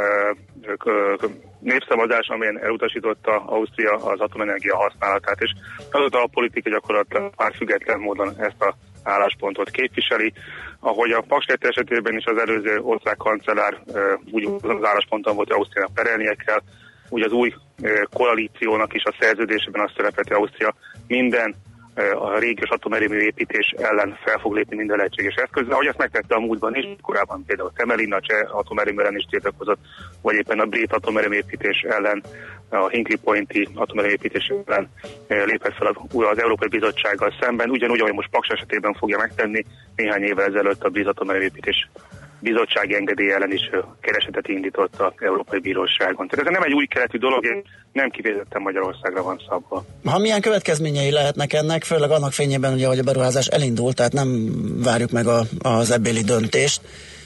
népszavazás, amelyen elutasította Ausztria az atomenergia használatát, és azóta a politika gyakorlatilag már független módon ezt a álláspontot képviseli. Ahogy a Paks kettő esetében is az előző osztrák kancellár úgy az állásponton volt, hogy Ausztriának perelnie kell, úgy az új koalíciónak is a szerződésében azt szerepelt, hogy Ausztria minden a régiós atomerőmű építés ellen fel fog lépni minden lehetséges eszközzel, ahogy ezt megtette a múltban is, korábban például a Temelin, a cseh atomerőmű ellen is tiltakozott, vagy éppen a brit atomerőmű építés ellen, a Hinkley Pointi atomerőmű építés ellen lépett fel az Európai Bizottsággal szemben, ugyanúgy, ahogy most Paks esetében fogja megtenni, néhány évvel ezelőtt a brit atomerőmű építés bizottsági engedély ellen is keresetet indított az Európai Bíróságon. Tehát ez nem egy új keletű dolog, nem kifejezetten Magyarországra van szabva. Ha milyen következményei lehetnek ennek, főleg annak fényében, ugye, hogy a beruházás elindult, tehát nem várjuk meg a, az ebbéli döntést.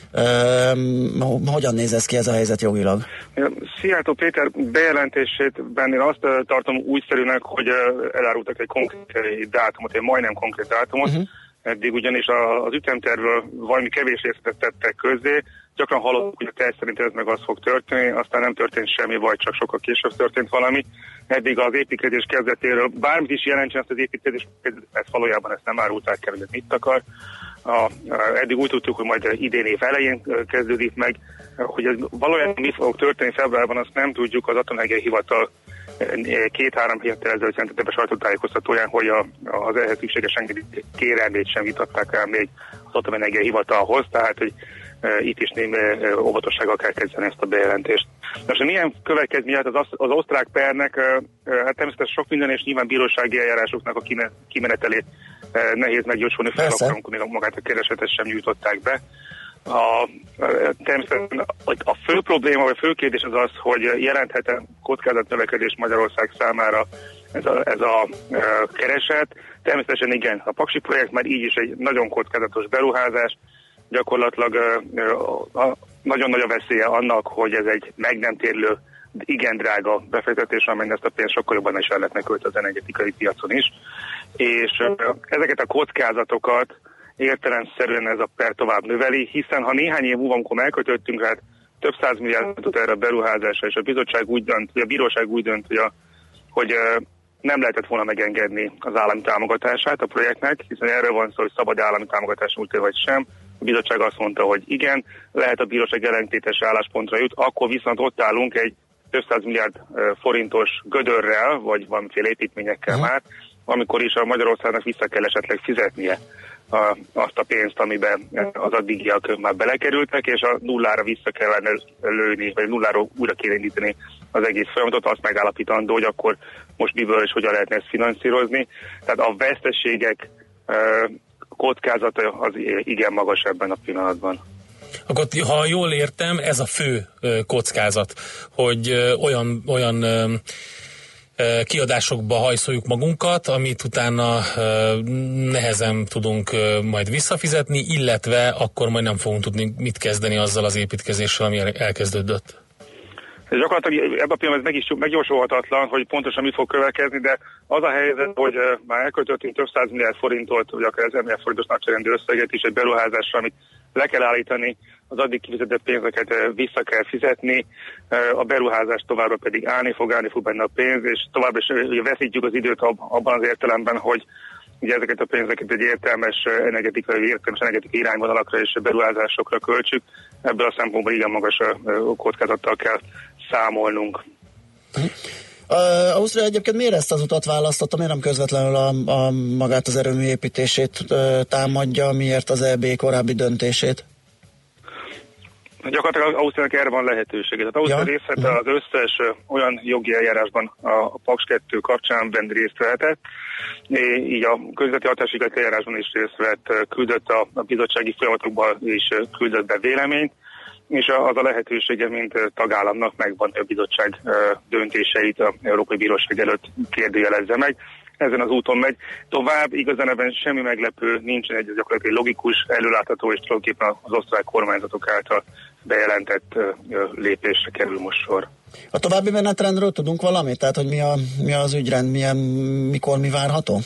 Üm, hogyan néz ez ki ez a helyzet jogilag? Szijjártó Péter bejelentésében én azt tartom újszerűnek, hogy elárultak egy konkrét dátumot, egy majdnem konkrét dátumot, uh-huh. Eddig ugyanis az ütemtervről valami kevés részletet tettek közzé, gyakran hallottuk, hogy a terv szerint ez meg az fog történni, aztán nem történt semmi, vagy csak sokkal később történt valami. Eddig az építkezés kezdetéről bármit is jelentsen ezt az építkezés, ezt valójában ezt nem árulták el, hogy ez mit akar. A, eddig úgy tudtuk, hogy majd idén év elején kezdődik meg, hogy ez valójában mi fog történni februárban, azt nem tudjuk. Az Atomenergia Hivatal két-három héttel ezelőtt jelentette be sajtótájékoztatóján, hogy a, az ehhez szükséges engedély kérelmét sem vitatták el még az Atomenergia Hivatalhoz, tehát hogy e, itt is némi e, óvatossággal kell kezdeni ezt a bejelentést. Most milyen következménye az, az osztrák pernek, e, hát természetesen sok minden, és nyilván bírósági eljárásoknak a kime, kimenetelét e, nehéz megjósolni fel, akkor, amikor még magát a keresetet sem nyújtották be. A, természetesen a fő probléma, vagy a fő kérdés az az, hogy jelenthet-e kockázatnövekedés Magyarország számára ez a, ez a e, kereset. Természetesen igen, a Paksi projekt már így is egy nagyon kockázatos beruházás, gyakorlatilag e, a, nagyon nagy a veszélye annak, hogy ez egy meg nem térülő, igen drága befektetés, amelyen ezt a pénzt sokkal jobban is el lehetne költeni az energetikai piacon is. És e, ezeket a kockázatokat értelemszerűen ez a per tovább növeli, hiszen ha néhány év múlva, amikor elkötöttünk, hát több száz milliárdot erre a beruházásra, és a bizottság úgy dönt, vagy a bíróság úgy dönt, hogy, a, hogy nem lehetett volna megengedni az állami támogatását a projektnek, hiszen erről van szó, hogy szabad állami támogatás múlt vagy sem. A bizottság azt mondta, hogy igen, lehet a bíróság ellentétes álláspontra jut, akkor viszont ott állunk egy több száz milliárd forintos gödörrel, vagy valamiféle építményekkel uh-huh. már, amikor is a Magyarországnak vissza kell esetleg fizetnie A, azt a pénzt, amiben az addigiak már belekerültek, és a nullára vissza kellene lőni, vagy nulláról újra kéne indítani az egész folyamatot, azt megállapítandó, hogy akkor most miből és hogyan lehetne ezt finanszírozni. Tehát a veszteségek uh, kockázata az igen magas ebben a pillanatban. Akkor, ha jól értem, ez a fő kockázat, hogy olyan, olyan kiadásokba hajszoljuk magunkat, amit utána nehezen tudunk majd visszafizetni, illetve akkor majd nem fogunk tudni mit kezdeni azzal az építkezéssel, ami elkezdődött. Ez gyakorlatilag ebben a pillanatban meg is megjósolhatatlan, hogy pontosan mit fog következni, de az a helyzet, hogy már elköltöttünk több száz milliárd forintot, vagy akár ezer milliárd forintos nagyságrendű összeget is egy beruházásra, amit le kell állítani, az addig kifizetett pénzeket vissza kell fizetni, a beruházás továbbra pedig állni fog, állni fog benne a pénz, és továbbra is veszítjük az időt abban az értelemben, hogy ugye ezeket a pénzeket egy értelmes energetikai, értelmes energetikai irányvonalakra és beruházásokra költsük. Ebből a szempontból igen magas kockázattal kell számolnunk. Uh, Ausztria egyébként miért ezt az utat választotta, miért nem közvetlenül a, a magát az erőmű építését uh, támadja, miért az é bé korábbi döntését? Gyakorlatilag Ausztriának erre van lehetősége. Tehát Ausztria ja. részt vett az összes uh, olyan jogi eljárásban a, a Paks kettő kapcsán bent részt vehetett, így a közveti hatásigazgatási eljárásban is részt vett, küldött a, a bizottsági folyamatokban is küldött be véleményt, és az a lehetősége, mint tagállamnak megvan, a bizottság döntéseit az Európai Bíróság előtt kérdőjelezze meg. Ezen az úton megy. Tovább igazán ebben semmi meglepő, nincsen egy gyakorlatilag logikus, előlátható és tulajdonképpen az osztrák kormányzatok által bejelentett lépésre kerül most sor. A további menetrendről tudunk valamit? Tehát, hogy mi, a, mi az ügyrend, milyen, mikor mi várható?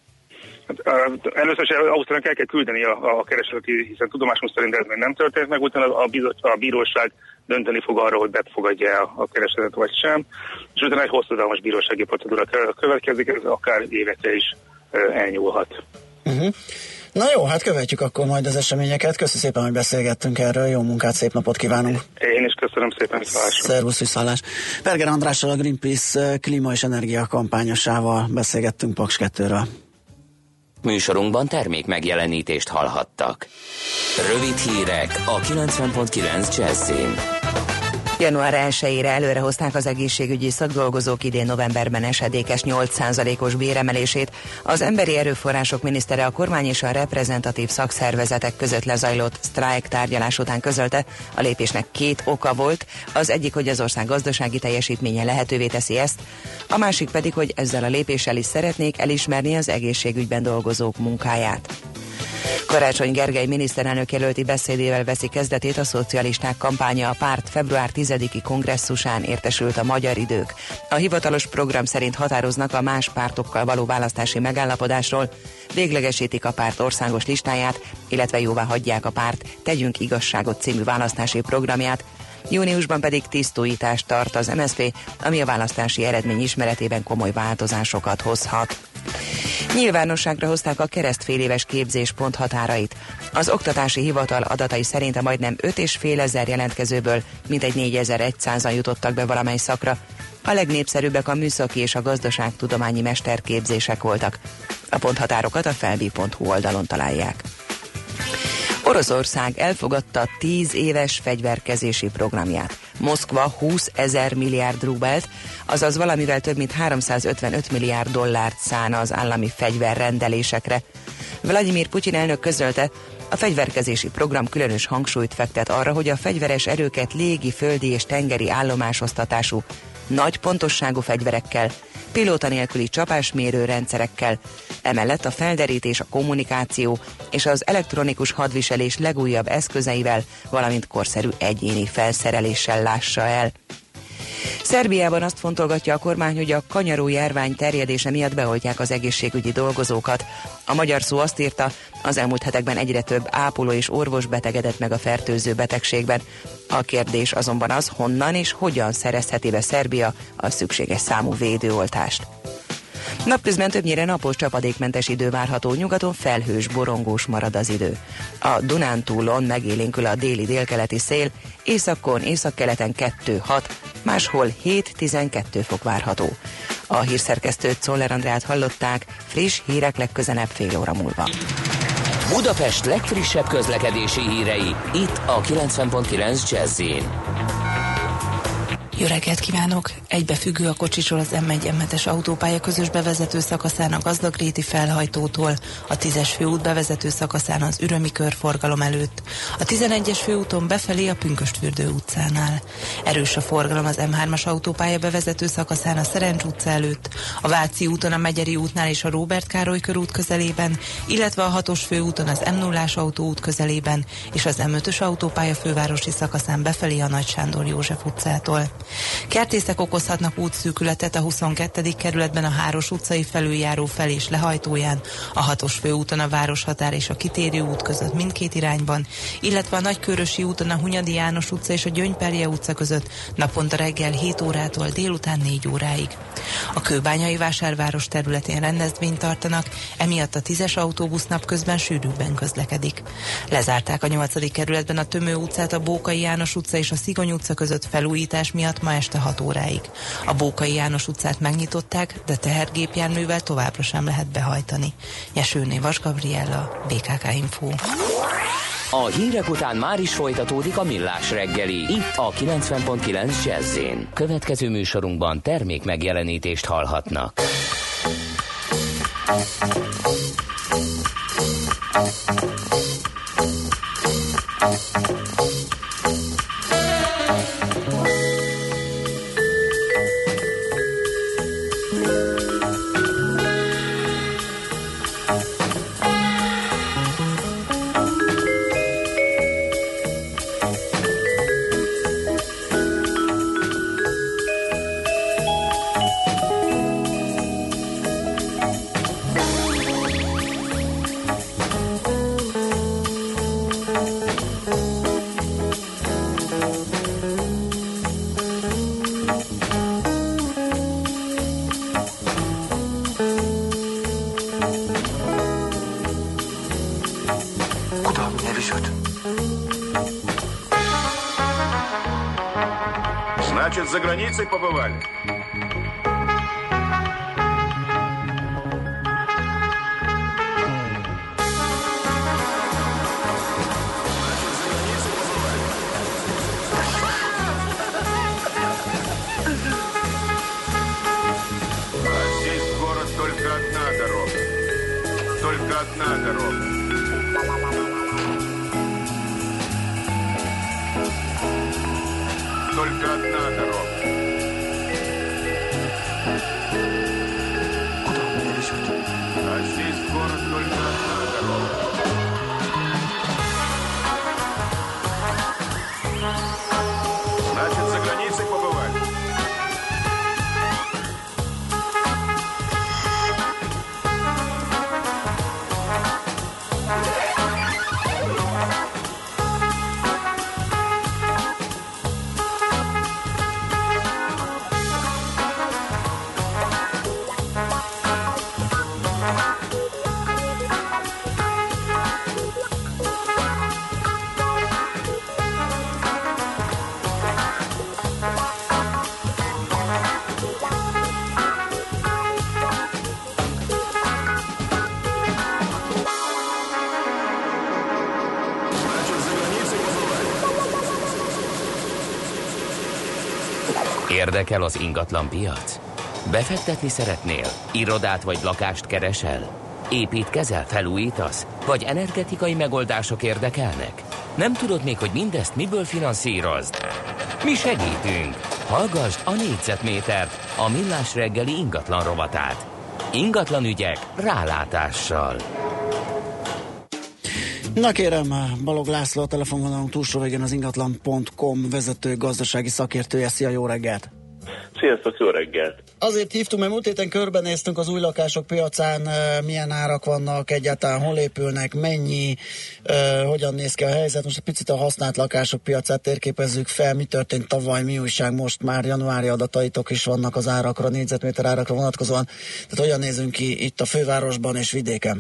Először is Ausztriának el kell küldeni a, a keresetet, hiszen tudomásunk szerint ez még nem történt meg, utána a, bizot, a bíróság dönteni fog arra, hogy befogadja a, a keresetet vagy sem, és utána egy hosszadalmas bírósági procedúra következik, ez akár évekre is elnyúlhat. Uh-huh. Na jó, hát követjük akkor majd az eseményeket. Köszönöm szépen, hogy beszélgettünk erről, jó munkát, szép napot kívánunk! Én is köszönöm szépen, viszlátásra! Szervusz, viszlátás! Berger Andrással, a Greenpeace klíma és energia kampányosával beszélgettünk Paks kettőről. Műsorunkban termék megjelenítést hallhattak. Rövid hírek a kilencven pont kilenc Jazzin. január elsejére előrehozták az egészségügyi szakdolgozók idén novemberben esedékes nyolc százalékos béremelését. Az emberi erőforrások minisztere a kormány és a reprezentatív szakszervezetek között lezajlott sztrájk tárgyalás után közölte, a lépésnek két oka volt, az egyik, hogy az ország gazdasági teljesítménye lehetővé teszi ezt, a másik pedig, hogy ezzel a lépéssel is szeretnék elismerni az egészségügyben dolgozók munkáját. Karácsony Gergely miniszterelnök jelölti beszédével veszi kezdetét a szocialisták kampánya. A párt február tizediki kongresszusán értesült a Magyar Idők. A hivatalos program szerint határoznak a más pártokkal való választási megállapodásról, véglegesítik a párt országos listáját, illetve jóvá hagyják a párt Tegyünk igazságot című választási programját. Júniusban pedig tisztújítást tart az em es zé pé, ami a választási eredmény ismeretében komoly változásokat hozhat. Nyilvánosságra hozták a keresztféléves képzés ponthatárait. Az oktatási hivatal adatai szerint a majdnem öt és fél ezer jelentkezőből mintegy négyezer-százan jutottak be valamely szakra. A legnépszerűbbek a műszaki és a gazdaságtudományi mesterképzések voltak. A ponthatárokat a felbi pont hu oldalon találják. Oroszország elfogadta tíz éves fegyverkezési programját. Moszkva húszezer milliárd rubelt, azaz valamivel több mint háromszázötvenöt milliárd dollárt szán az állami fegyverrendelésekre. Vladimir Putyin elnök közölte, a fegyverkezési program különös hangsúlyt fektet arra, hogy a fegyveres erőket légi, földi és tengeri állomásosztatású, nagy pontosságú fegyverekkel, pilóta nélküli csapásmérő rendszerekkel, emellett a felderítés, a kommunikáció és az elektronikus hadviselés legújabb eszközeivel, valamint korszerű egyéni felszereléssel lássa el. Szerbiában azt fontolgatja a kormány, hogy a kanyaró járvány terjedése miatt beoltják az egészségügyi dolgozókat. A Magyar Szó azt írta, az elmúlt hetekben egyre több ápoló és orvos betegedett meg a fertőző betegségben. A kérdés azonban az, honnan és hogyan szerezheti be Szerbia a szükséges számú védőoltást. Napközben többnyire napos, csapadékmentes idő várható, nyugaton felhős, borongós marad az idő. A Dunántúlon megélénkül a déli-délkeleti szél, északon, északkeleten kettő-hat, máshol hét-tizenkét fok várható. A hírszerkesztőt, Czoller Andrát hallották, friss hírek legközelebb fél óra múlva. Budapest legfrissebb közlekedési hírei, itt a kilencven pont kilenc Jazz-in. Jó reggelt kívánok! Egybefüggő a kocsisor az em egy em hetes autópálya közös bevezető szakaszán a Gazdagréti felhajtótól, a tízes főút bevezető szakaszán az Ürömi körforgalom előtt, a tizenegyes főúton befelé a Pünkösdfürdő utcánál. Erős a forgalom az em hármas autópálya bevezető szakaszán a Szerencs utca előtt, a Váci úton a Megyeri útnál és a Róbert Károly körút közelében, illetve a hatos főúton az em nullás autóút közelében és az em ötös autópálya fővárosi szakaszán befelé a Nagy Sándor József utcától. Kertészek okozhatnak útszűkületet a huszonkettedik kerületben a Háros utcai felüljáró fel és lehajtóján, a hatos főúton a Városhatár és a Kitérő út között mindkét irányban, illetve a Nagykőrösi úton a Hunyadi János utca és a Gyöngyperje utca között naponta reggel hét órától délután négy óráig. A Kőbányai vásárváros területén rendezvényt tartanak, emiatt a tízes autóbusz napközben sűrűbben közlekedik. Lezárták a nyolcadik kerületben a Tömő utcát, a Bókai János utca és a Szigony utca között felújítás miatt ma este hat óráig. A Bókai János utcát megnyitották, de tehergépjárművel továbbra sem lehet behajtani. Nyesőné Vas Gabriella, bé ká ká Info. A hírek után már is folytatódik a Millás reggeli, itt a kilencven pont kilenc Jazz-én. Következő műsorunkban termék megjelenítést hallhatnak. решат. Значит, за границей побывали? Одна дорога. Только одна дорога. Куда он меня везет? А здесь в город только одна дорога. Значит, за границей побывали? Érdekel az ingatlan piac? Befektetni szeretnél? Irodát vagy lakást keresel? Építkezel, felújítasz? Vagy energetikai megoldások érdekelnek? Nem tudod még, hogy mindezt miből finanszírozd? Mi segítünk! Hallgasd a négyzetmétert, a Millás reggeli ingatlan rovatát. Ingatlan ügyek rálátással. Na kérem, Balog László a telefonvonalunk túlsó végén az ingatlan pont com vezető gazdasági szakértője. Szia, jó reggelt! Sziasztok, jó reggelt! Azért hívtunk, mert múlt héten körbenéztünk az új lakások piacán, milyen árak vannak, egyáltalán hol épülnek, mennyi, hogyan néz ki a helyzet. Most egy picit a használt lakások piacát térképezzük fel, mi történt tavaly, mi újság most, már januári adataitok is vannak az árakra, négyzetméter árakra vonatkozóan. Tehát hogyan nézünk ki itt a fővárosban és vidéken?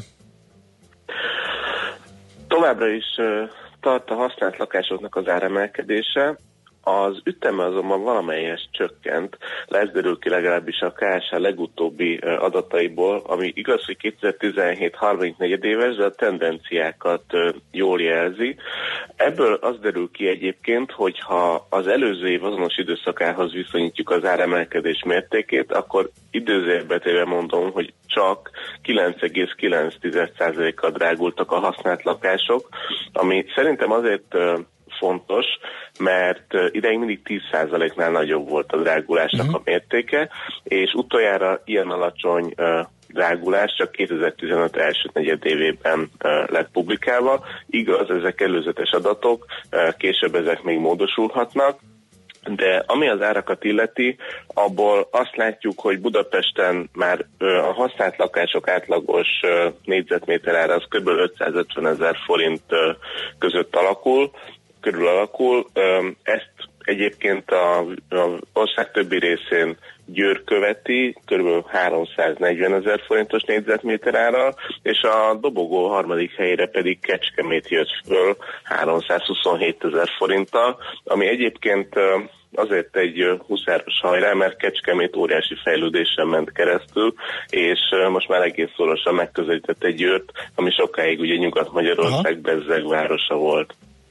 Továbbra is uh, tart a használt lakásoknak az áremelkedése, az üteme azonban valamelyest csökkent, lesz derül ki legalábbis a ká es há legutóbbi uh, adataiból, ami igaz, hogy kétezer-tizenhét harmadik negyedéves, de a tendenciákat uh, jól jelzi. Ebből az derül ki egyébként, hogyha az előző év azonos időszakához viszonyítjuk az áremelkedés mértékét, akkor időzérbe téve mondom, hogy csak kilenc egész kilenc százalékkal drágultak a használt lakások, ami szerintem azért uh, fontos, mert uh, ideig mindig tíz százaléknál nagyobb volt a drágulásnak a mértéke, és utoljára ilyen alacsony uh, drágulás csak kétezer-tizenöt első negyedévében uh, lett publikálva. Igaz, ezek előzetes adatok, uh, később ezek még módosulhatnak, de ami az árakat illeti, abból azt látjuk, hogy Budapesten már a használt lakások átlagos négyzetméter ára az kb. ötszázötvenezer forint között alakul, körül alakul. Ezt egyébként az ország többi részén Győr követi, kb. háromszáznegyvenezer forintos négyzetméter árral, és a dobogó harmadik helyére pedig Kecskemét jött föl háromszázhuszonhétezer forinttal, ami egyébként azért egy huszáros hajrá, mert Kecskemét óriási fejlődésen ment keresztül, és most már egész szorosan megközelített egy Győrt, ami sokáig ugye Nyugat-Magyarország bezzeg városa volt.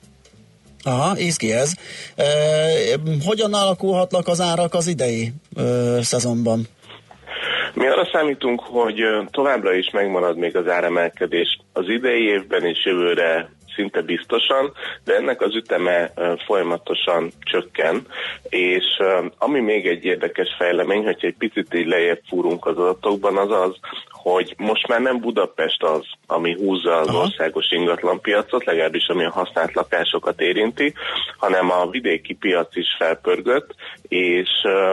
Aha, izgi ez. E, hogyan alakulhatnak az árak az idei e, szezonban? Mi arra számítunk, hogy továbbra is megmarad még az áremelkedés az idei évben és jövőre szinte biztosan, de ennek az üteme folyamatosan csökken, és ami még egy érdekes fejlemény, hogyha egy picit így lejjebb fúrunk az adatokban, az az, hogy most már nem Budapest az, ami húzza az országos ingatlanpiacot, legalábbis ami a használt lakásokat érinti, hanem a vidéki piac is felpörgött, és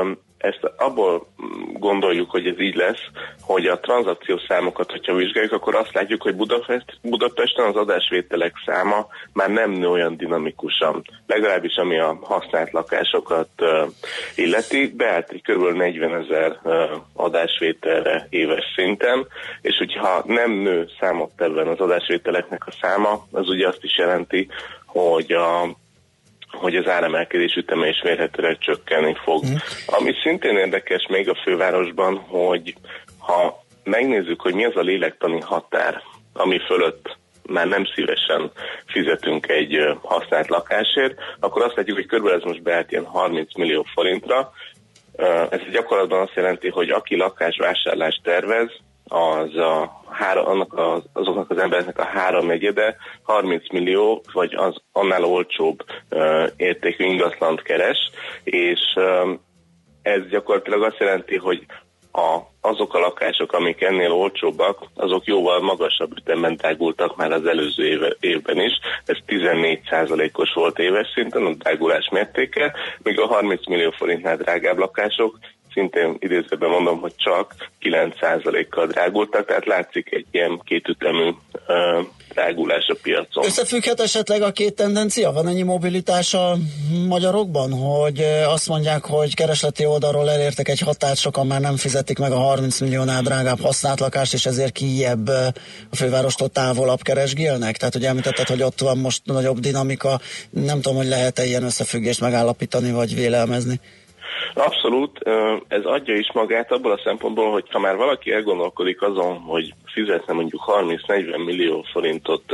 ezt abból gondoljuk, hogy ez így lesz, hogy a tranzakciós számokat, hogyha vizsgáljuk, akkor azt látjuk, hogy Budapest, Budapesten az adásvételek száma már nem nő olyan dinamikusan. Legalábbis ami a használt lakásokat uh, illeti, beállt egy kb. negyvenezer uh, adásvételre éves szinten, és hogyha nem nő számottevően az adásvételeknek a száma, az ugye azt is jelenti, hogy a hogy az áremelkedés üteme is mérhetően csökkenni fog. Mm. Ami szintén érdekes még a fővárosban, hogy ha megnézzük, hogy mi az a lélektani határ, ami fölött már nem szívesen fizetünk egy használt lakásért, akkor azt látjuk, hogy körülbelül ez most beállt ilyen harminc millió forintra. Ez gyakorlatban azt jelenti, hogy aki lakásvásárlást tervez, az a három, annak az, azoknak az embereknek a háromnegyede harminc millió, vagy az annál olcsóbb uh, értékű ingatlant keres, és um, ez gyakorlatilag azt jelenti, hogy a, azok a lakások, amik ennél olcsóbbak, azok jóval magasabb ütemben drágultak már az előző éve, évben is. Ez tizennégy százalékos volt éves szinten a drágulás mértéke, míg a harminc millió forintnál drágább lakások szintén idézőben mondom, hogy csak kilenc százalékkal drágultak, tehát látszik egy ilyen kétütemű uh, drágulás a piacon. Összefügghet esetleg a két tendencia? Van ennyi mobilitás a magyarokban, hogy azt mondják, hogy keresleti oldalról elértek egy határt, sokan már nem fizetik meg a harminc milliónál drágább használt lakást, és ezért kijebb a fővárostól távolabb keresgélnek? Tehát ugye említetted, hogy ott van most nagyobb dinamika, nem tudom, hogy lehet-e ilyen összefüggést megállapítani, vagy vélelmezni? Abszolút, ez adja is magát abból a szempontból, hogy ha már valaki elgondolkodik azon, hogy fizetne mondjuk harminc-negyven millió forintot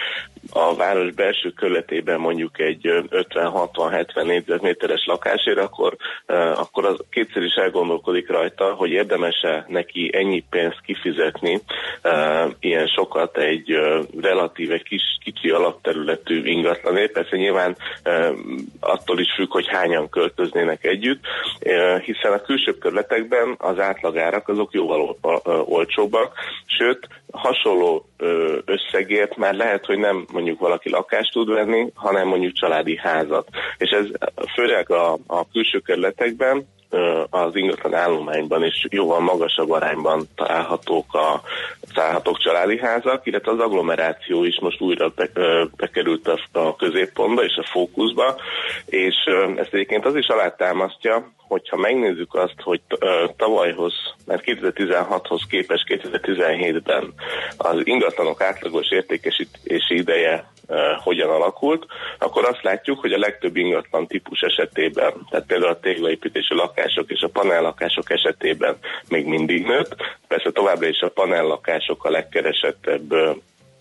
a város belső körletében mondjuk egy ötven-hatvan-hetven négyzetméteres lakásért, akkor, akkor az kétszer is elgondolkodik rajta, hogy érdemes-e neki ennyi pénzt kifizetni ilyen sokat egy relatíve kis, kicsi alapterületű ingatlanért. Persze nyilván attól is függ, hogy hányan költöznének együtt, hiszen a külsőbb körletekben az átlagárak azok jóval olcsóbbak, sőt, hasonló összegért már lehet, hogy nem mondjuk valaki lakást tud venni, hanem mondjuk családi házat. És ez főleg a, a külső kerületekben, az ingatlan állományban is jóval magasabb arányban találhatók a találhatók családi házak, illetve az agglomeráció is most újra be, bekerült a, a középpontba és a fókuszba, és ezt egyébként az is alátámasztja, hogyha megnézzük azt, hogy tavalyhoz, mert kétezer-tizenhathoz képest kétezer-tizenhétben az ingatlanok átlagos értékesítési ideje uh, hogyan alakult, akkor azt látjuk, hogy a legtöbb ingatlan típus esetében, tehát például a téglaépítési lakások és a panellakások esetében még mindig nőtt. Persze továbbra is a panellakások a legkeresettebb uh,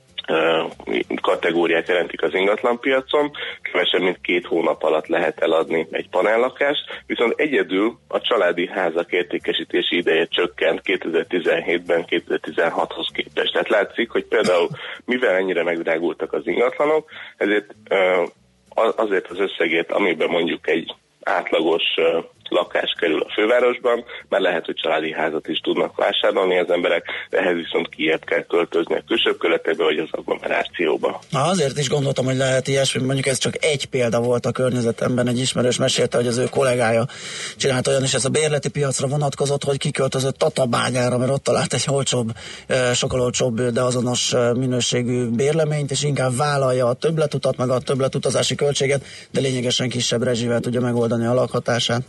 kategóriát jelentik az ingatlanpiacon, kevesebb mint két hónap alatt lehet eladni egy panellakást, viszont egyedül a családi házak értékesítési ideje csökkent kétezer-tizenhétben kétezer-tizenhathoz képest. Tehát látszik, hogy például mivel ennyire megdrágultak az ingatlanok, ezért azért az összegét, amiben mondjuk egy átlagos lakás kerül a fővárosban, mert lehet, hogy családi házat is tudnak vásárolni az emberek, de ehhez viszont kijebb kell költözni a külsőbb körletekbe, vagy az agglomerációba. Na, azért is gondoltam, hogy lehet ilyesmi, mondjuk ez csak egy példa volt a környezetemben, egy ismerős mesélte, hogy az ő kollégája csinált olyan, és ez a bérleti piacra vonatkozott, hogy kiköltözött Tatabányára, mert ott talált egy olcsóbb, sokkal olcsóbb, de azonos minőségű bérleményt, és inkább vállalja a többletutat, meg a többletutazási költséget, de lényegesen kisebb rezsivel tudja megoldani a lakhatását.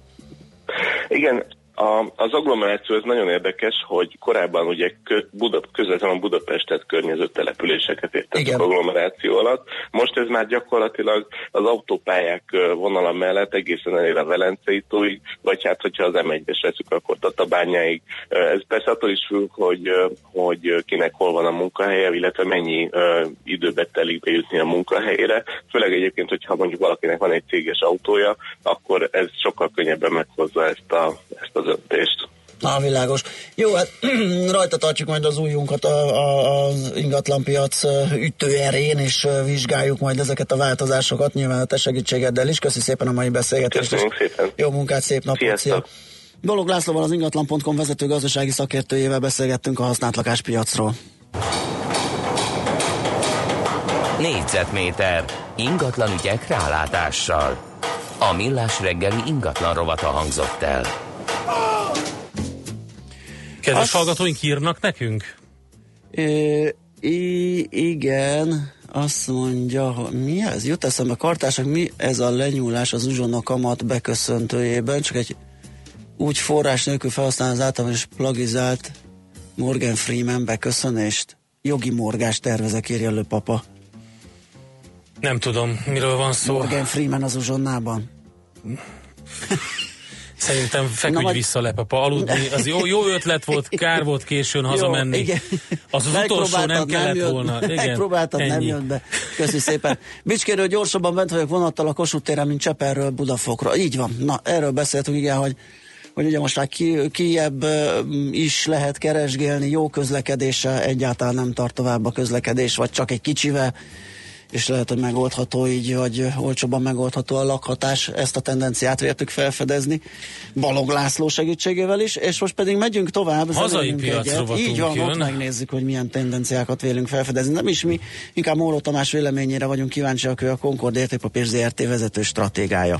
Igen, a, az agglomeráció ez nagyon érdekes, hogy korábban ugye kö, Buda, közvetlenül Budapestet környező településeket értettük agglomeráció alatt. Most ez már gyakorlatilag az autópályák vonala mellett egészen elér a Velencei tóig, vagy hát, hogyha az em egyes veszük, akkor Tatabányáig. Ez persze attól is függ, hogy, hogy kinek hol van a munkahelye, illetve mennyi uh, időbe telik bejutni a munkahelyére. Főleg egyébként, hogyha mondjuk valakinek van egy céges autója, akkor ez sokkal könnyebben meghozza ezt a, ezt az öntést. Na, világos. Jó, hát rajta tartjuk majd az ujjunkat a, a, az ingatlanpiac ütőerén, és vizsgáljuk majd ezeket a változásokat, nyilván a te segítségeddel is. Köszi szépen a mai beszélgetést. Köszönjük szépen. Jó munkát, szép napot. Szia. Balogh Lászlóval, az ingatlan pont com vezető gazdasági szakértőjével beszélgettünk a használt lakáspiacról. Négyzetméter ingatlan ügyek rálátással. A Millás reggeli ingatlan rovata hangzott el. Kedves Azt... hallgatóink írnak nekünk? Ö, i- igen, azt mondja, hogy mi ez? Jut eszembe, kartársak, mi ez a lenyúlás az uzsonna kamat beköszöntőjében? Csak egy úgy forrás nélkül felhasználni az általános plagizált Morgan Freeman beköszönést. Jogi morgást tervezek, írja elő papa. Nem tudom, miről van szó. Morgan Freeman az uzsonnában. Szerintem feküdj Na, vissza le, papa, aludni. Az jó, jó ötlet volt, kár volt későn hazamenni. Jó, igen. Az az utolsó nem kellett nem volna. Igen, megpróbáltad, nem jött be. Köszi szépen. Bicskéről gyorsabban bent vagyok vonattal a Kossuth téren, mint Cseperről Budafokra. Így van. Na, erről beszéltünk, igen, hogy hogy ugye most már ki, kijebb is lehet keresgélni, jó közlekedéssel egyáltalán nem tart tovább a közlekedés, vagy csak egy kicsivel, és lehet, hogy megoldható így, vagy olcsóban megoldható a lakhatás. Ezt a tendenciát véltük felfedezni Balog László segítségével is, és most pedig megyünk tovább. Hazai piacrovatunk Így van, jön. ott megnézzük, hogy milyen tendenciákat vélünk felfedezni. Nem is mi, inkább Móró Tamás véleményére vagyunk kíváncsiak, ő a Concord Értékpapír zé er té vezető stratégája.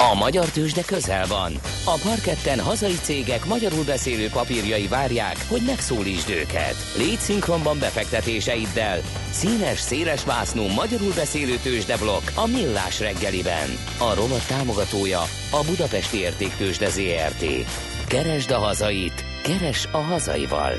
A magyar tőzsde közel van. A parketten hazai cégek magyarul beszélő papírjai várják, hogy megszólítsd őket. Légy szinkronban befektetéseiddel. Színes, széles vásznú magyarul beszélő tőzsdeblokk a Millás reggeliben. A rovat támogatója a Budapesti Értéktőzsde zé er té. Keresd a hazait, keresd a hazaival.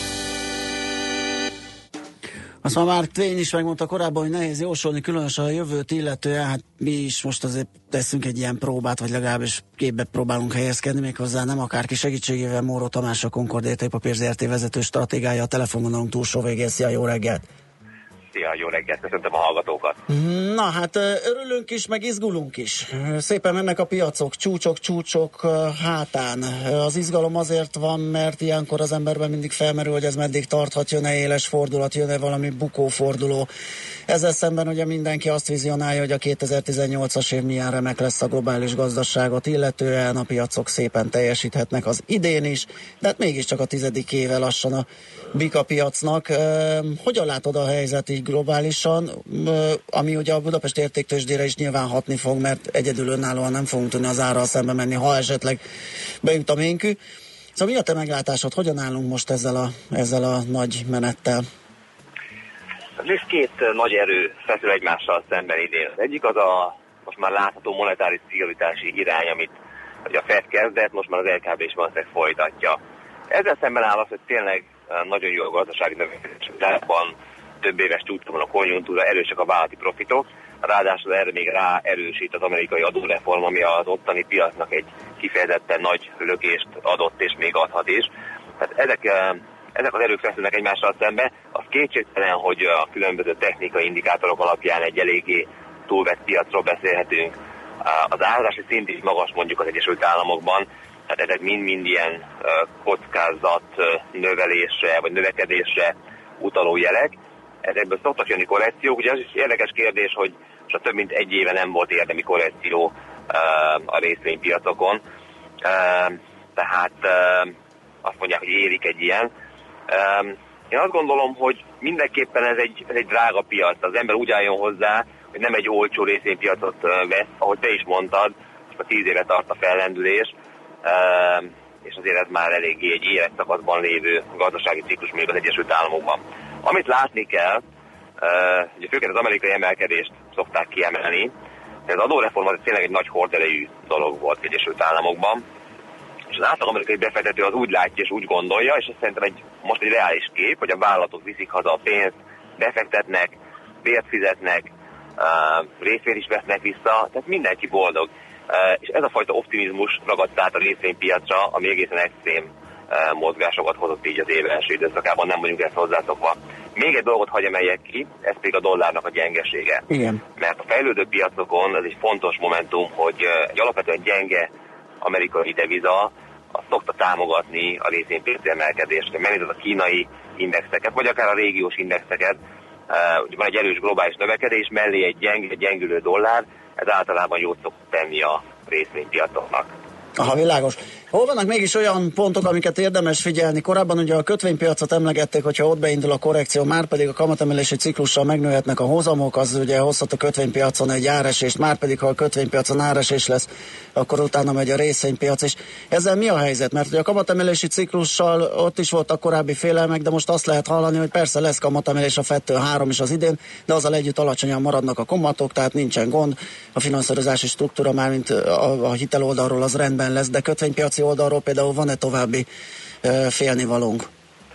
Azt már Mark Twain is megmondta korábban, hogy nehéz jósolni, különösen a jövőt illetően, hát mi is most azért teszünk egy ilyen próbát, vagy legalábbis képbe próbálunk helyezkedni, méghozzá nem akárki segítségével. Móró Tamás, a Concord Értékpapír zé er té vezető stratégája, a telefonvonalunk túlsó végén. Szia, jó reggelt! Szia, jó reggelt, köszöntöm a hallgatókat. Na hát örülünk is, meg izgulunk is. Szépen mennek a piacok, csúcsok, csúcsok hátán. Az izgalom azért van, mert ilyenkor az emberben mindig felmerül, hogy ez meddig tarthat, jön-e éles fordulat, jön-e valami bukóforduló. Ezzel szemben ugye mindenki azt vizionálja, hogy a kétezer-tizennyolcas év milyen remek lesz a globális gazdaságot illetően, a piacok szépen teljesíthetnek az idén is, de hát mégiscsak a tizedik éve lassan a bika piacnak. Hogyan látod a helyzet így globálisan, ami ugye a Budapesti Értéktőzsdére is nyilván hatni fog, mert egyedül önállóan nem fogunk tudni az árral szembe menni, ha esetleg bejut a ménkű. Szóval mi a te meglátásod, hogyan állunk most ezzel a, ezzel a nagy menettel? Ez két nagy erő feszül egymással szemben idén. Az egyik az a most már látható monetáris szigorítási irány, amit a Fed kezdett, most már az el ká bé is valószínűleg folytatja. Ezzel szemben áll az, hogy tényleg nagyon jó a gazdasági növekedés. Több éves csúcson van a konjunktúra, erősek a vállalati profitok, ráadásul erre még ráerősít az amerikai adóreform, ami az ottani piacnak egy kifejezetten nagy lökést adott és még adhat is. Tehát ezek, ezek az erők feszülnek egymással szembe. Az kétségtelen, hogy a különböző technikai indikátorok alapján egy eléggé túlvett piacról beszélhetünk. Az árazási szint is magas mondjuk az Egyesült Államokban, tehát ezek mind-mind ilyen kockázat növelésre vagy növekedésre utaló jelek. Ezekből szoktak jönni korrekciók. Ugye az is érdekes kérdés, hogy csak több mint egy éve nem volt érdemi korrekció uh, a részvénypiacokon. Uh, tehát uh, azt mondják, hogy érik egy ilyen. Uh, én azt gondolom, hogy mindenképpen ez egy, ez egy drága piac. Az ember úgy álljon hozzá, hogy nem egy olcsó részvénypiacot uh, vesz, ahogy te is mondtad, most a tíz éve tart a fellendülés, uh, és azért ez már eléggé egy életszakaszban lévő gazdasági ciklus még az Egyesült Államokban. Amit látni kell, uh, ugye főként az amerikai emelkedést szokták kiemelni, de az adóreform az tényleg egy nagy horderejű dolog volt az Egyesült Államokban, és az átlag amerikai befektető az úgy látja és úgy gondolja, és ez szerintem egy, most egy reális kép, hogy a vállalatok viszik haza a pénzt, befektetnek, bért fizetnek, uh, részvényt is vesznek vissza, tehát mindenki boldog. Uh, és ez a fajta optimizmus ragadt át a részvénypiacra, ami egészen extrém uh, mozgásokat hozott így az év első időszakában, nem mondjuk ezt hozzászokva. Még egy dolgot hagy emeljek ki, ez pedig a dollárnak a gyengesége. Igen. Mert a fejlődő piacokon ez egy fontos momentum, hogy uh, egy alapvetően gyenge amerikai deviza azt szokta támogatni a részvénypiaci emelkedést. Megnézed a kínai indexeket, vagy akár a régiós indexeket, uh, van egy erős globális növekedés, mellé egy gyeng, egy gyengülő dollár, ez általában jót szokott tenni a részvénypiacoknak. Aha, világos. Hol vannak mégis olyan pontok, amiket érdemes figyelni? Korábban ugye a kötvénypiacot emlegették, hogyha ott beindul a korrekció, már pedig a kamatemelési ciklussal megnőhetnek a hozamok, az ugye hozhat a kötvénypiacon egy áresést, már pedig ha a kötvénypiacon áresés lesz, akkor utána megy a részvénypiac is. Ezzel mi a helyzet? Mert ugye a kamatemelési ciklussal ott is voltak korábbi félelmek, de most azt lehet hallani, hogy persze lesz kamatemelés a Fedtől három is az idén, de azzal együtt alacsonyan maradnak a kamatok, tehát nincsen gond. A finanszírozási struktúra már mint a, a hitel oldalról az rendben lesz, de kötvénypiaci oldalról például van-e további uh, félnivalónk?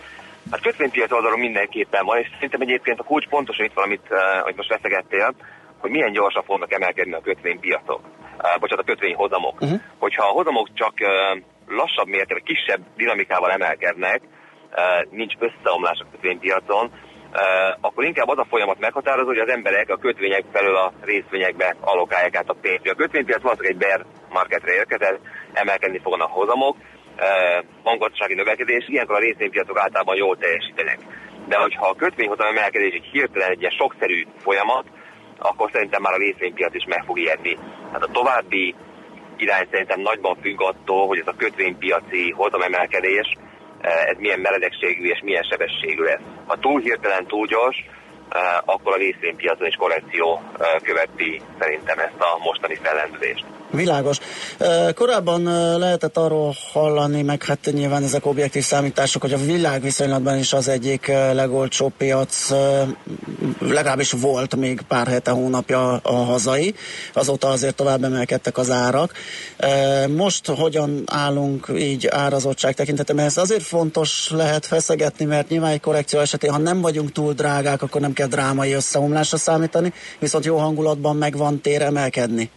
A kötvénypiaci oldalról mindenképpen van, és szerintem egyébként a kulcs pontosan itt van, amit, uh, amit most veszegettél, hogy milyen gyorsan fognak emelkedni a kötvénypiacok, uh, bocsánat, a kötvényhozamok. Uh-huh. Hogyha a hozamok csak uh, lassabb mértékben, kisebb dinamikával emelkednek, uh, nincs összeomlás a kötvénypiacon, uh, akkor inkább az a folyamat meghatározó, hogy az emberek a kötvények felől a részvényekbe allokálják át a pénzt. A kötvénypiac valószínűleg egy bear marketre érkezett, emelkedni fognak a hozamok, bankgazdasági növekedés, ilyenkor a részvénypiacok általában jól teljesítenek. De hogyha a kötvényhozam emelkedés egy hirtelen egy ilyen sokszerű folyamat, akkor szerintem már a részvénypiac is meg fog ijedni. Hát a további irány szerintem nagyban függ attól, hogy ez a kötvénypiaci hozamemelkedés, ez milyen meredekségű és milyen sebességű lesz. Ha túl hirtelen, túl gyors, akkor a részvénypiacon is korrekció követi szerintem ezt a mostani fellendülést. Világos. Korábban lehetett arról hallani, meg hát nyilván ezek objektív számítások, hogy a világviszonylatban is az egyik legolcsóbb piac, legalábbis volt még pár hete, hónapja a hazai, azóta azért tovább emelkedtek az árak. Most hogyan állunk így árazottság tekintetében? Ez azért fontos lehet feszegetni, mert nyilván egy korrekció esetén, ha nem vagyunk túl drágák, akkor nem kell drámai összeomlásra számítani, viszont jó hangulatban megvan tér emelkedni.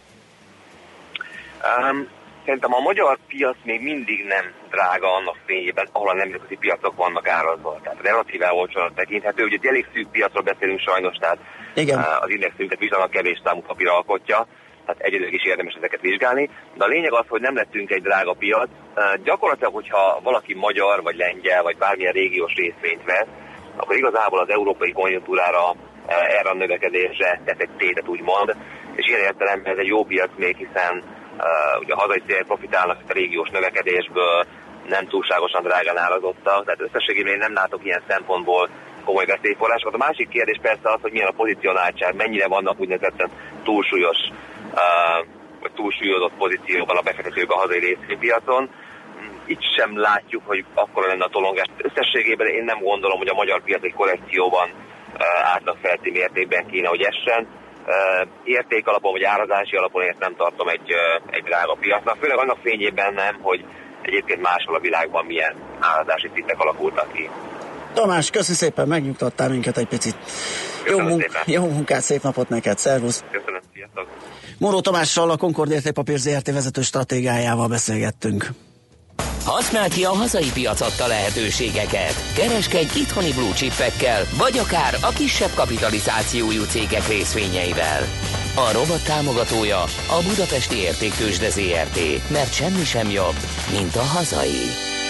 Um, szerintem a magyar piac még mindig nem drága annak fényében, ahol a nemzetközi piacok vannak árazva. Tehát relatíve olcsóan tekinthető. Ugye egy elég szűk piacról beszélünk sajnos, tehát igen. Uh, az indexünket viszonylag kevés számú papír alkotja, tehát egyedül is érdemes ezeket vizsgálni. De a lényeg az, hogy nem lettünk egy drága piac. Uh, gyakorlatilag, hogyha valaki magyar, vagy lengyel, vagy bármilyen régiós részvényt vesz, akkor igazából az európai konjunktúrára, uh, erre a növekedésre tett egy tétet úgymond, és ilyen értelemben ez egy jó piac még, hiszen Uh, ugye a hazai cégek profitálnak a régiós növekedésből, nem túlságosan drágán árazottak, tehát összességében én nem látok ilyen szempontból komoly veszélyforrásokat. A másik kérdés persze az, hogy milyen a pozicionáltság, mennyire vannak úgynevezett túlsúlyos, uh, vagy túlsúlyozott pozícióban a befektetők a hazai részvénypiacon. Itt sem látjuk, hogy akkora lenne a tolongás. Összességében én nem gondolom, hogy a magyar piac egy korrekcióban uh, átlagfelti mértékben kéne, hogy essen. Uh, érték alapon vagy árazási alapon én nem tartom egy, uh, egy drága piacnak, főleg annak fényében nem, hogy egyébként máshol a világban milyen árazási szintek alakultak ki. Tamás, köszi szépen, megnyugtattál minket egy picit. Jó, munk- jó munkát, szép napot neked, szervusz! Köszönöm, sziasztok! Moró Tamással, a Concord Értékpapír zé er té vezető stratégiájával beszélgettünk. Használd ki a hazai piac adta lehetőségeket. Kereskedj itthoni blue chipekkel, vagy akár a kisebb kapitalizációjú cégek részvényeivel. A rovat támogatója a Budapesti Értéktőzsde zé er té, mert semmi sem jobb, mint a hazai.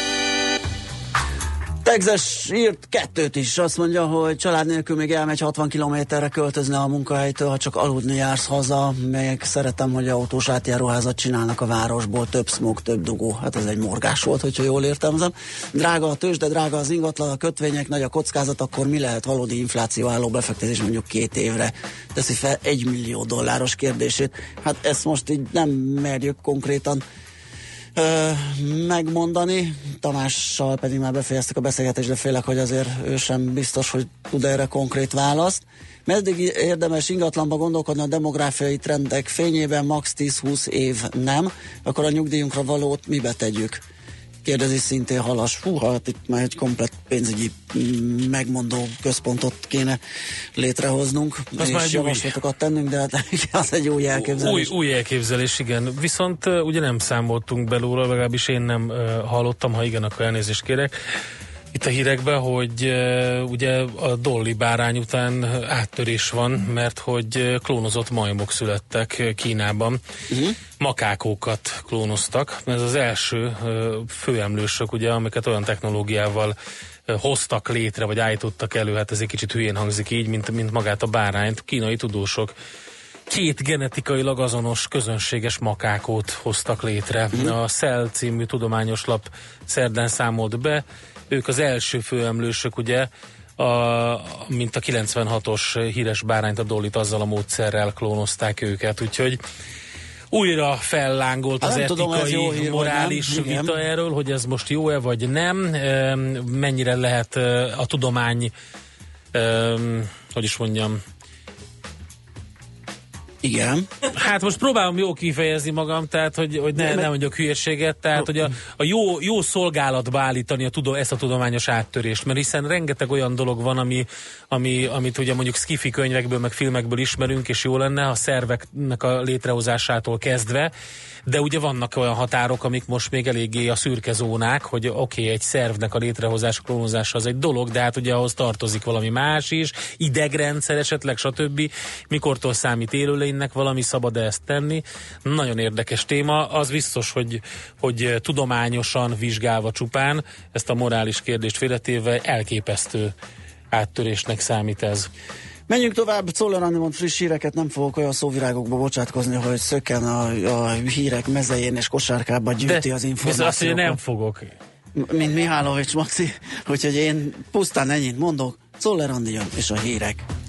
Tegzes írt kettőt is, azt mondja, hogy család nélkül még elmegy hatvan kilométerre költözni a munkahelytől, ha csak aludni jársz haza, még szeretem, hogy autós átjáróházat csinálnak a városból, több smog, több dugó. Hát ez egy morgás volt, hogyha jól értelmezem. Drága a tőzsde, drága az ingatlan, a kötvények, nagy a kockázat, akkor mi lehet valódi infláció álló befektetés mondjuk két évre? Teszi fel egy millió dolláros kérdését. Hát ezt most így nem merjük konkrétan Ö, megmondani. Tamással pedig már befejeztük a beszélgetést, de félek, hogy azért ő sem biztos, hogy tud erre konkrét választ. Meddig érdemes ingatlanba gondolkodni a demográfiai trendek fényében, max tíz-húsz év nem, akkor a nyugdíjunkra valót mibe tegyük? Kérdezi szintén Halas. Hú, hát itt már egy komplett pénzügyi megmondó központot kéne létrehoznunk, az és javaslatokat tennünk, de hát az egy új elképzelés. Új, új elképzelés, igen. Viszont uh, ugye nem számoltunk belőle, legalábbis én nem uh, hallottam, ha igen, akkor elnézést kérek. Itt a hírekben, hogy uh, ugye a Dolly bárány után áttörés van, mert hogy uh, klónozott majmok születtek Kínában. Uh-huh. Makákókat klónoztak. Ez az első uh, főemlősök, ugye, amiket olyan technológiával uh, hoztak létre, vagy állítottak elő, hát ez egy kicsit hülyén hangzik így, mint, mint magát a bárányt. Kínai tudósok két genetikailag azonos közönséges makákót hoztak létre. Uh-huh. A Cell című tudományos lap szerdán számolt be. Ők az első főemlősök, ugye, a, mint a kilencvenhatos híres bárányt, a Dollyt azzal a módszerrel klónozták őket, úgyhogy újra fellángolt az etikai, hír, morális vita erről, hogy ez most jó-e vagy nem, mennyire lehet a tudomány, hogy is mondjam, igen. Hát most próbálom jól kifejezni magam, tehát hogy, hogy ne, ne mondjak hülyeséget, tehát hogy a, a jó, jó szolgálatba állítani a tudom, ezt a tudományos áttörést, mert hiszen rengeteg olyan dolog van, ami, ami, amit ugye mondjuk sci-fi könyvekből, meg filmekből ismerünk, és jó lenne a szerveknek a létrehozásától kezdve, de ugye vannak olyan határok, amik most még eléggé a szürke zónák, hogy oké, okay, egy szervnek a létrehozása, klónozása az egy dolog, de hát ugye ahhoz tartozik valami más is, idegrendszer esetleg, stb. Mikortól számít élőlénynek valami, szabad ezt tenni? Nagyon érdekes téma, az biztos, hogy, hogy tudományosan vizsgálva csupán, ezt a morális kérdést félretéve elképesztő áttörésnek számít ez. Menjünk tovább, Czoller Andi mond friss híreket, nem fogok olyan szóvirágokba bocsátkozni, hogy szökken a, a hírek mezején és kosárkába gyűjti de az információkat. azt, hogy nem fogok. Mint Mihálovics Maxi, úgyhogy én pusztán ennyit mondok, Czoller Andi jön és a hírek.